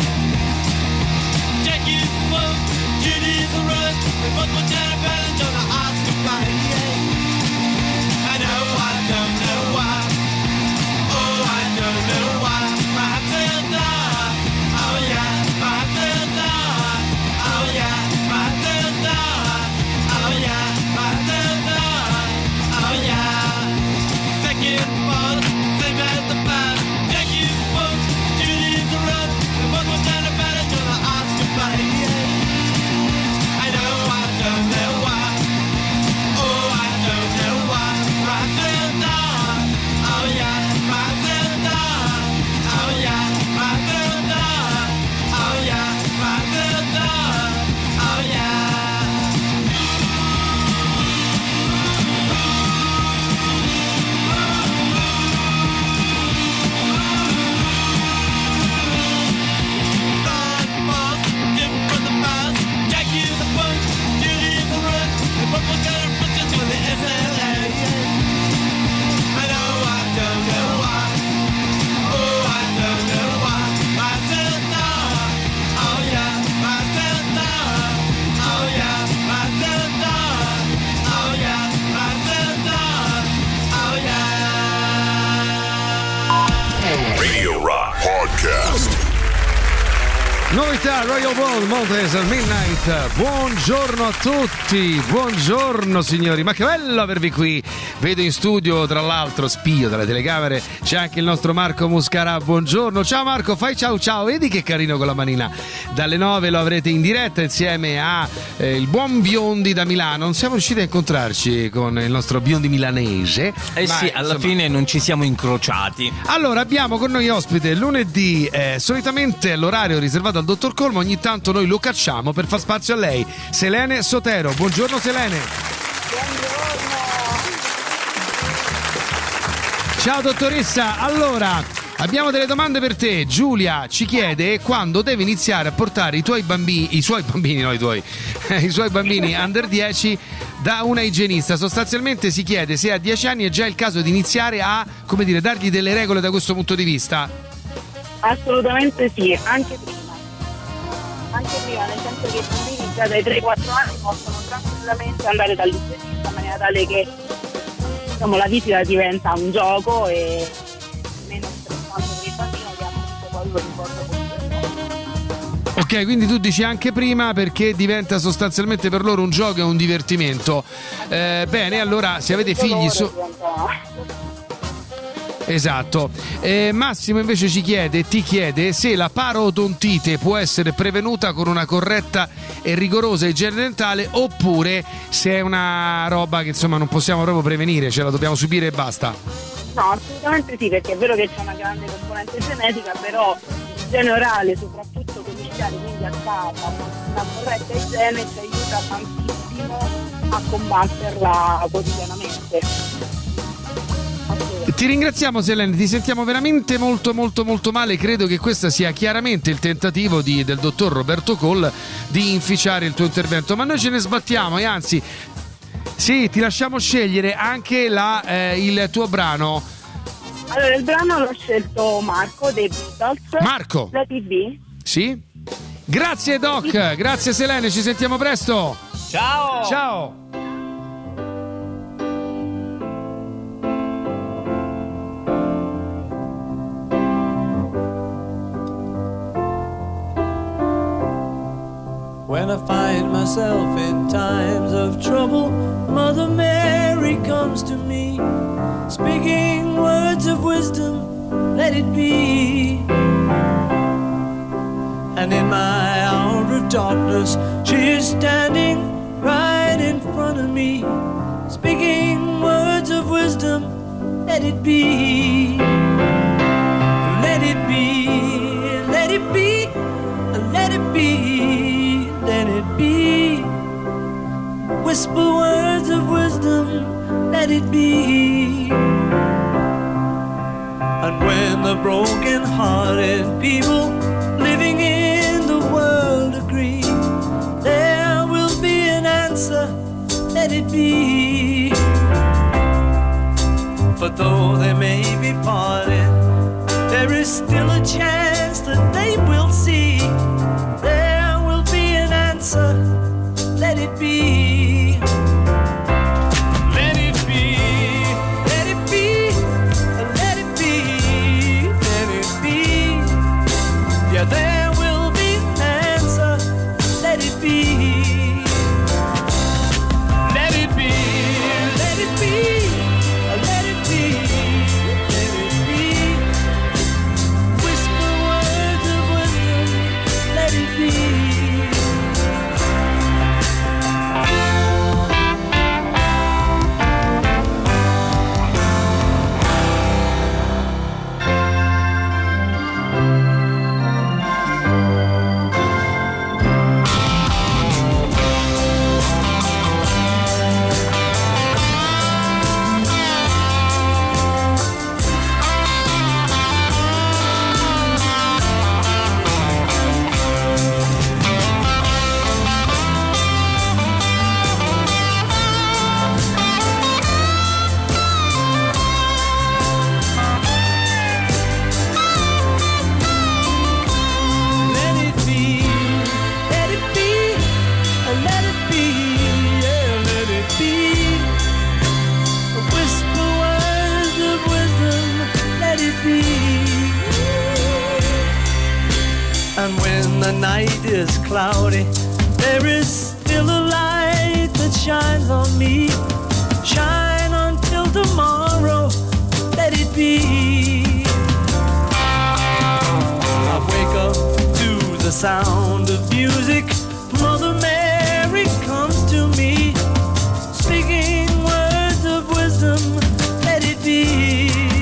Radio Rock Podcast. Novità Royal World Montes al Midnight. Buongiorno a tutti, buongiorno signori, ma che bello avervi qui. Vedo in studio, tra l'altro, spio dalle telecamere, c'è anche il nostro Marco Muscarà. Buongiorno, ciao Marco, fai ciao ciao, vedi che carino con la manina. Dalle nove lo avrete in diretta insieme a eh, il buon Biondi da Milano. Non siamo riusciti a incontrarci con il nostro Biondi milanese. Eh ma, sì, alla insomma, fine non ci siamo incrociati. Allora, abbiamo con noi ospite lunedì, eh, solitamente l'orario riservato al dottor Colmo, ogni tanto noi lo cacciamo per far spazio a lei. Selene Sotero, buongiorno Selene. Ciao dottoressa, allora abbiamo delle domande per te. Giulia ci chiede quando deve iniziare a portare i tuoi bambini, i suoi bambini, no i tuoi, i suoi bambini under dieci da una igienista. Sostanzialmente si chiede se a dieci anni è già il caso di iniziare a, come dire, dargli delle regole da questo punto di vista. Assolutamente sì, anche prima. Anche prima, nel senso che i bambini già dai tre quattro anni possono tranquillamente andare dall'igienista in maniera tale che, diciamo, la visita diventa un gioco e meno stressante per il bambino, che appunto poi lo ricordo. Ok, quindi tu dici anche prima perché diventa sostanzialmente per loro un gioco e un divertimento. Eh, bene, allora se avete figli so- Esatto. Eh, Massimo invece ci chiede, ti chiede se la parodontite può essere prevenuta con una corretta e rigorosa igiene dentale oppure se è una roba che insomma non possiamo proprio prevenire, ce la dobbiamo subire e basta. No, assolutamente sì, perché è vero che c'è una grande componente genetica, però l'igiene orale, soprattutto domiciliare, quindi a casa, una corretta igiene ci aiuta tantissimo a combatterla quotidianamente. Ti ringraziamo Selene, ti sentiamo veramente molto molto molto male, credo che questo sia chiaramente il tentativo di, del dottor Roberto Coll di inficiare il tuo intervento, ma noi ce ne sbattiamo e anzi sì, ti lasciamo scegliere anche la, eh, il tuo brano. Allora il brano l'ho scelto Marco dei Beatles. Marco, la T V. Sì? Grazie Doc, grazie Selene, ci sentiamo presto. Ciao. Ciao. When I find myself in times of trouble, Mother Mary comes to me, speaking words of wisdom, let it be. And in my hour of darkness, she is standing right in front of me, speaking words of wisdom, let it be. Let it be, let it be, let it be. Let it be. Whisper words of wisdom, let it be. And when the broken-hearted people living in the world agree, there will be an answer, let it be. For though they may be parted, there is still a chance that they will see. Let it be. Let it be. Let it be. Let it be. Let it be. Yeah, there will be an answer. Let it be. Let it be. Let it be. Let it be. Let it be. Whisper words of wisdom. Let it be. Cloudy, there is still a light that shines on me. Shine until tomorrow, let it be. I wake up to the sound of music. Mother Mary comes to me, speaking words of wisdom, let it be.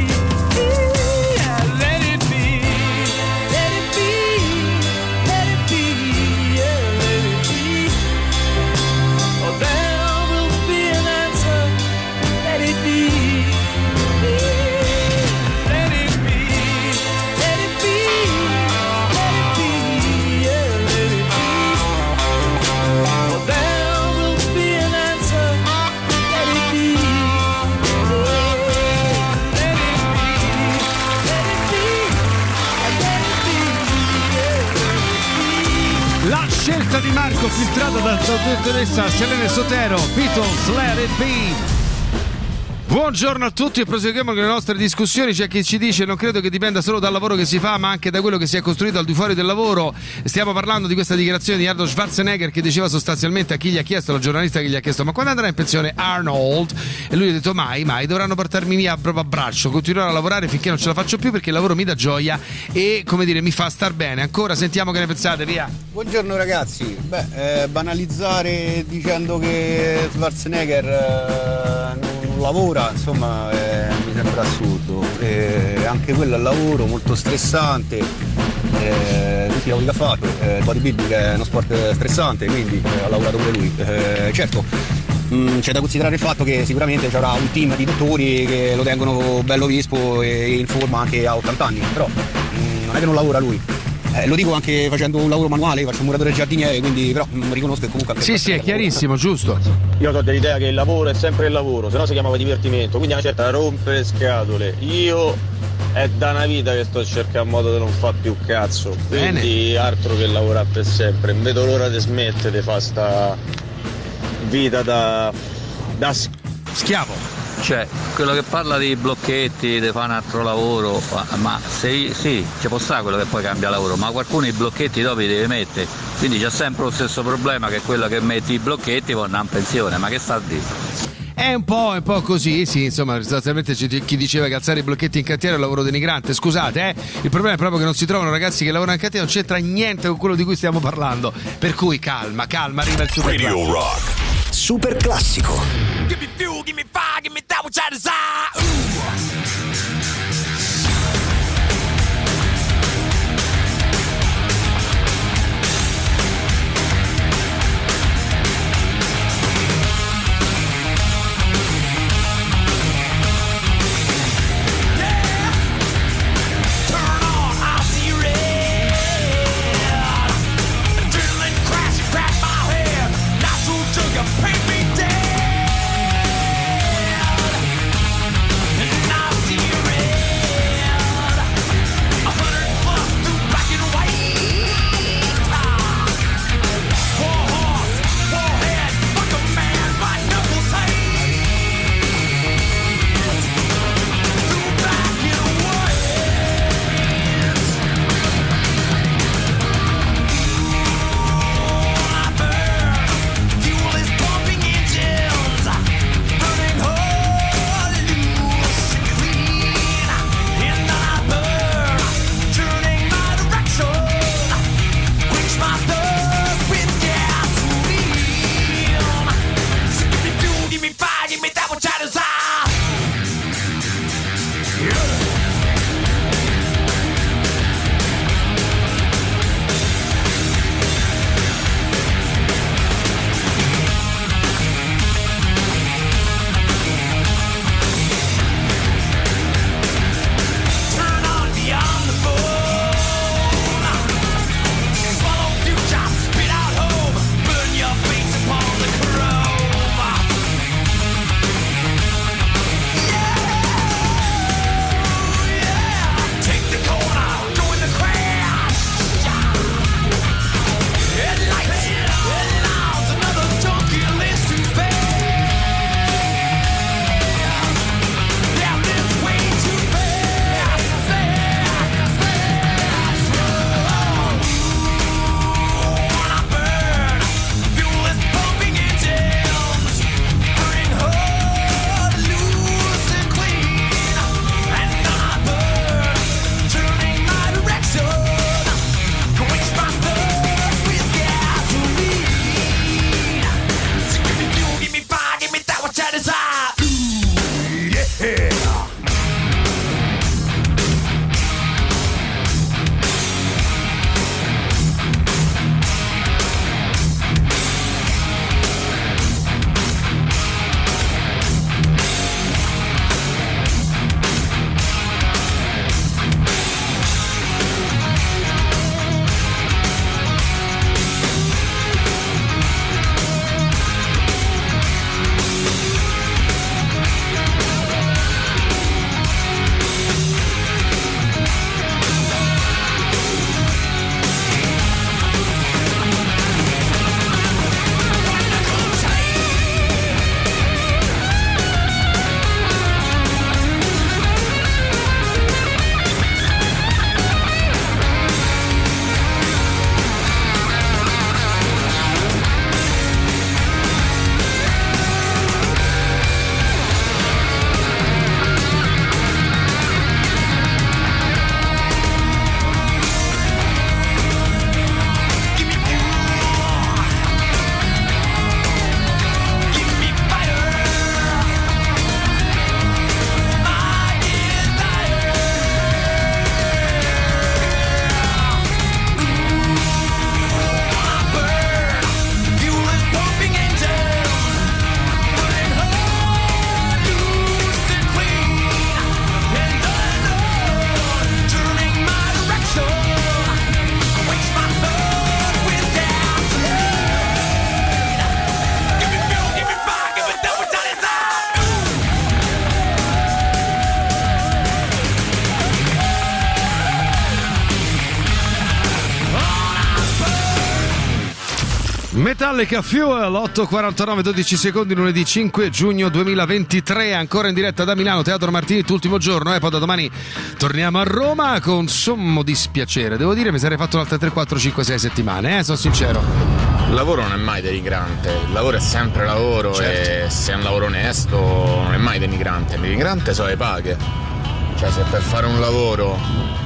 Scelta di Marco filtrata dalla dottoressa Selene Sotero, Beatles, Let It Be. Buongiorno a tutti e proseguiamo con le nostre discussioni. C'è chi ci dice: non credo che dipenda solo dal lavoro che si fa, ma anche da quello che si è costruito al di fuori del lavoro. Stiamo parlando di questa dichiarazione di Arnold Schwarzenegger, che diceva sostanzialmente a chi gli ha chiesto, la giornalista che gli ha chiesto: ma quando andrà in pensione Arnold? E lui ha detto: mai, mai, dovranno portarmi via proprio a braccio, continuerò a lavorare finché non ce la faccio più, perché il lavoro mi dà gioia e, come dire, mi fa star bene. Ancora sentiamo che ne pensate, via. Buongiorno ragazzi. Beh, eh, banalizzare dicendo che Schwarzenegger eh, non lavora, insomma, eh, mi sembra assurdo. Eh, anche quello è un lavoro molto stressante, eh, tutti i lavori che ha fatto. Eh, il bodybuilding è uno sport stressante, quindi eh, ha lavorato pure lui. Eh, certo, mh, c'è da considerare il fatto che sicuramente ci avrà un team di dottori che lo tengono bello vispo e in forma anche a ottanta anni, però mh, non è che non lavora lui. Eh, lo dico anche facendo un lavoro manuale, faccio un muratore giardiniere, quindi però mh, riconosco che comunque anche sì sì è chiarissimo, giusto. Io ho dell'idea che il lavoro è sempre il lavoro, se no si chiamava divertimento, quindi a una certa rompere scatole. Io è da una vita che sto cercando modo di non fare più cazzo, quindi bene, altro che lavorare per sempre. Non vedo l'ora di smettere di fare sta vita da, da schiavo. Cioè, quello che parla di blocchetti, di fare un altro lavoro, ma se, sì, ci può stare quello che poi cambia lavoro, ma qualcuno i blocchetti dopo li deve mettere, quindi c'è sempre lo stesso problema, che quello che metti i blocchetti può andare in pensione, ma che sta a dire? È un po', un po' così, sì, insomma, sostanzialmente c'è chi diceva che alzare i blocchetti in cantiere è un lavoro denigrante. Scusate, eh, il problema è proprio che non si trovano ragazzi che lavorano in cantiere, non c'entra niente con quello di cui stiamo parlando. Per cui calma, calma, arriva il super Radio classico. Rock. Super classico. Give me fuel, give me fire, give me that which I desire. Ooh. Paint me dead. Metallica Fuel, otto e quarantanove, dodici secondi, lunedì cinque giugno duemilaventitré, ancora in diretta da Milano, Teatro Martini, ultimo giorno, e eh, poi da domani torniamo a Roma con sommo dispiacere. Devo dire, mi sarei fatto altre tre, quattro, cinque, sei settimane, eh, sono sincero. Il lavoro non è mai denigrante, il lavoro è sempre lavoro, certo. E se è un lavoro onesto non è mai denigrante. Denigrante sono le paghe. Cioè, se per fare un lavoro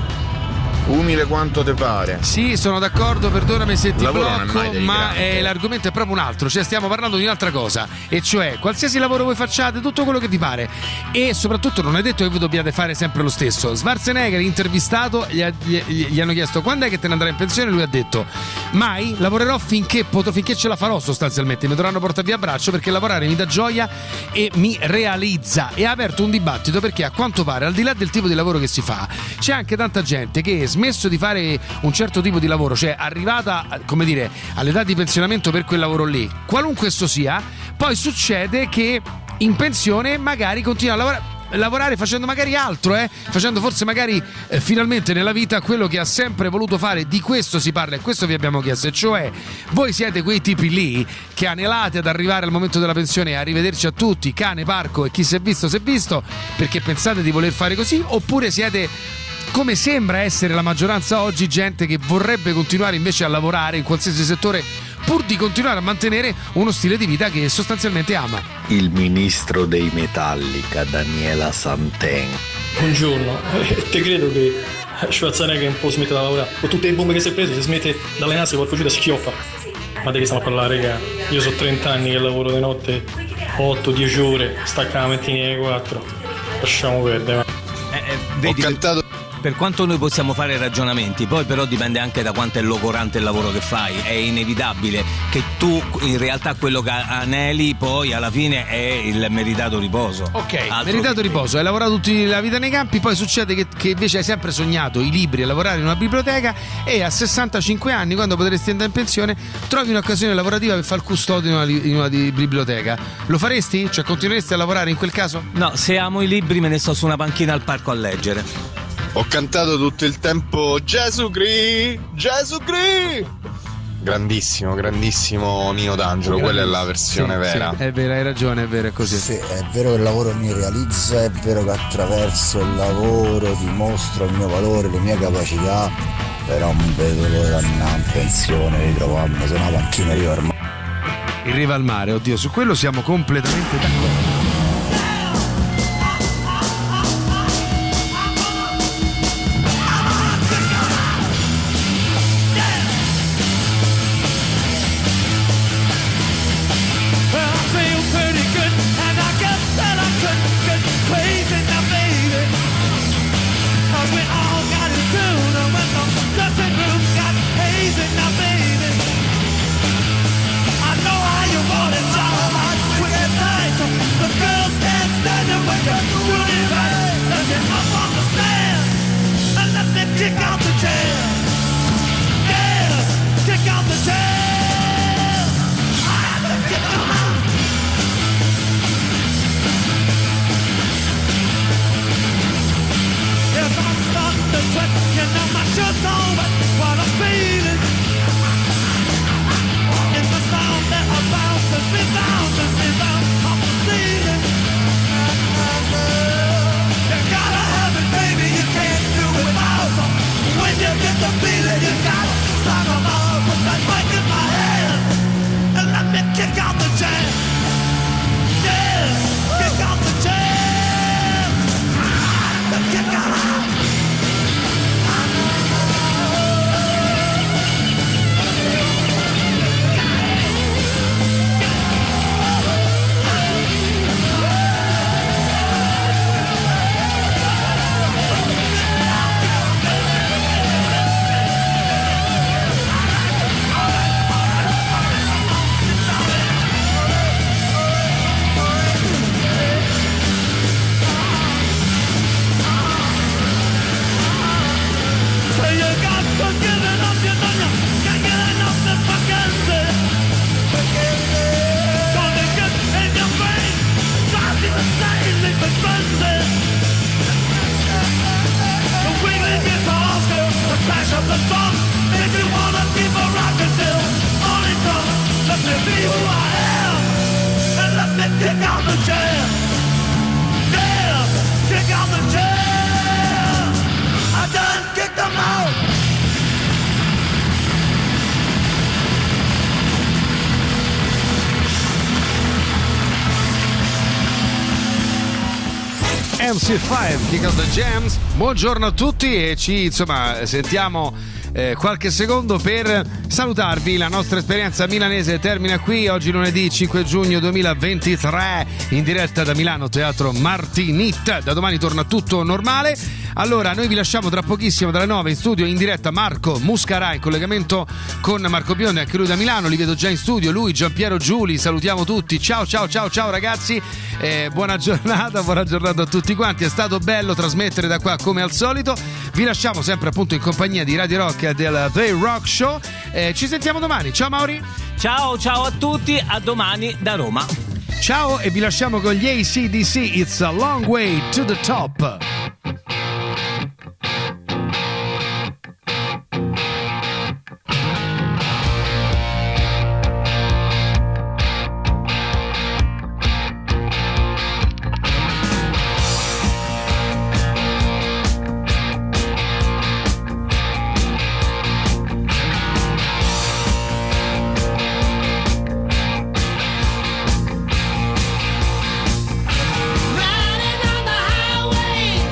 umile quanto te pare. Sì, sono d'accordo, perdonami se ti lavoro blocco, non è mai ma eh, l'argomento è proprio un altro, cioè stiamo parlando di un'altra cosa, e cioè qualsiasi lavoro voi facciate, tutto quello che vi pare, e soprattutto non è detto che voi dobbiate fare sempre lo stesso. Schwarzenegger, intervistato, gli, ha, gli, gli hanno chiesto quando è che te ne andrai in pensione, lui ha detto mai, lavorerò finché potrò, finché ce la farò sostanzialmente, mi dovranno portare via a braccio perché lavorare mi dà gioia e mi realizza. E ha aperto un dibattito perché a quanto pare, al di là del tipo di lavoro che si fa, c'è anche tanta gente che smesso di fare un certo tipo di lavoro, cioè arrivata, come dire, all'età di pensionamento per quel lavoro lì, qualunque esso sia, poi succede che in pensione magari continua a lavorare lavorare facendo magari altro, eh? facendo forse magari eh, finalmente nella vita quello che ha sempre voluto fare. Di questo si parla e questo vi abbiamo chiesto, e cioè voi siete quei tipi lì che anelate ad arrivare al momento della pensione e arrivederci a tutti, cane, parco e chi si è visto si è visto, perché pensate di voler fare così, oppure siete, come sembra essere la maggioranza oggi, gente che vorrebbe continuare invece a lavorare in qualsiasi settore pur di continuare a mantenere uno stile di vita che sostanzialmente ama. Il ministro dei Metallica, Daniela Santen. Buongiorno, eh, te credo che Schwarzenegger un po' smette da lavorare. Con tutte le bombe che si è preso, si smette da allenarsi, qualcosa da schioffa. Ma di che stiamo a parlare, raga? Io so trenta anni che lavoro di notte otto dieci ore, stacca la mattina alle quattro. Lasciamo perdere. Eh, eh, vedi, Ho cantato... Per quanto noi possiamo fare ragionamenti, poi però dipende anche da quanto è logorante il lavoro che fai. È inevitabile che tu in realtà quello che aneli poi alla fine è il meritato riposo. Ok, Altro meritato che... riposo, hai lavorato tutta la vita nei campi, poi succede che, che invece hai sempre sognato i libri e lavorare in una biblioteca, e a sessantacinque anni, quando potresti andare in pensione, trovi un'occasione lavorativa per fare il custode in una, in una di biblioteca. Lo faresti? Cioè continueresti a lavorare in quel caso? No, se amo i libri me ne sto su una panchina al parco a leggere. Ho cantato tutto il tempo Gesù Cri, Gesù Cri. Grandissimo, grandissimo Nino D'Angelo, quella è la versione sì, vera. Sì, è vero, hai ragione, è vero, è così. Sì, è vero che il lavoro mi realizza, è vero che attraverso il lavoro dimostro il mio valore, le mie capacità, però non vedo l'ora di andare in pensione, ritrovarmi su una panchina di ormai. In riva al mare, oddio, su quello siamo completamente d'accordo. M C cinque, Kick Out the Jams. Buongiorno a tutti e ci insomma sentiamo eh, qualche secondo per salutarvi. La nostra esperienza milanese termina qui oggi lunedì cinque giugno duemilaventitré in diretta da Milano Teatro Martinit. Da domani torna tutto normale. Allora noi vi lasciamo tra pochissimo dalle nove in studio in diretta Marco Muscarà in collegamento con Marco Biondi, anche lui da Milano, li vedo già in studio, lui Giampiero Giuli, salutiamo tutti, ciao ciao ciao ciao ragazzi, eh, buona giornata, buona giornata a tutti quanti, è stato bello trasmettere da qua come al solito, vi lasciamo sempre appunto in compagnia di Radio Rock e del The Rock Show, eh, ci sentiamo domani, ciao Mauri. Ciao ciao a tutti, a domani da Roma. Ciao e vi lasciamo con gli A C D C, It's a Long Way to the Top. Riding on the highway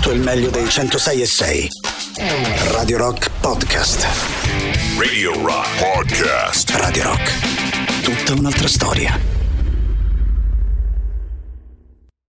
tutto il meglio dei centosei e sei. Radio Rock Podcast. Radio Rock Podcast. Radio Rock. Tutta un'altra storia.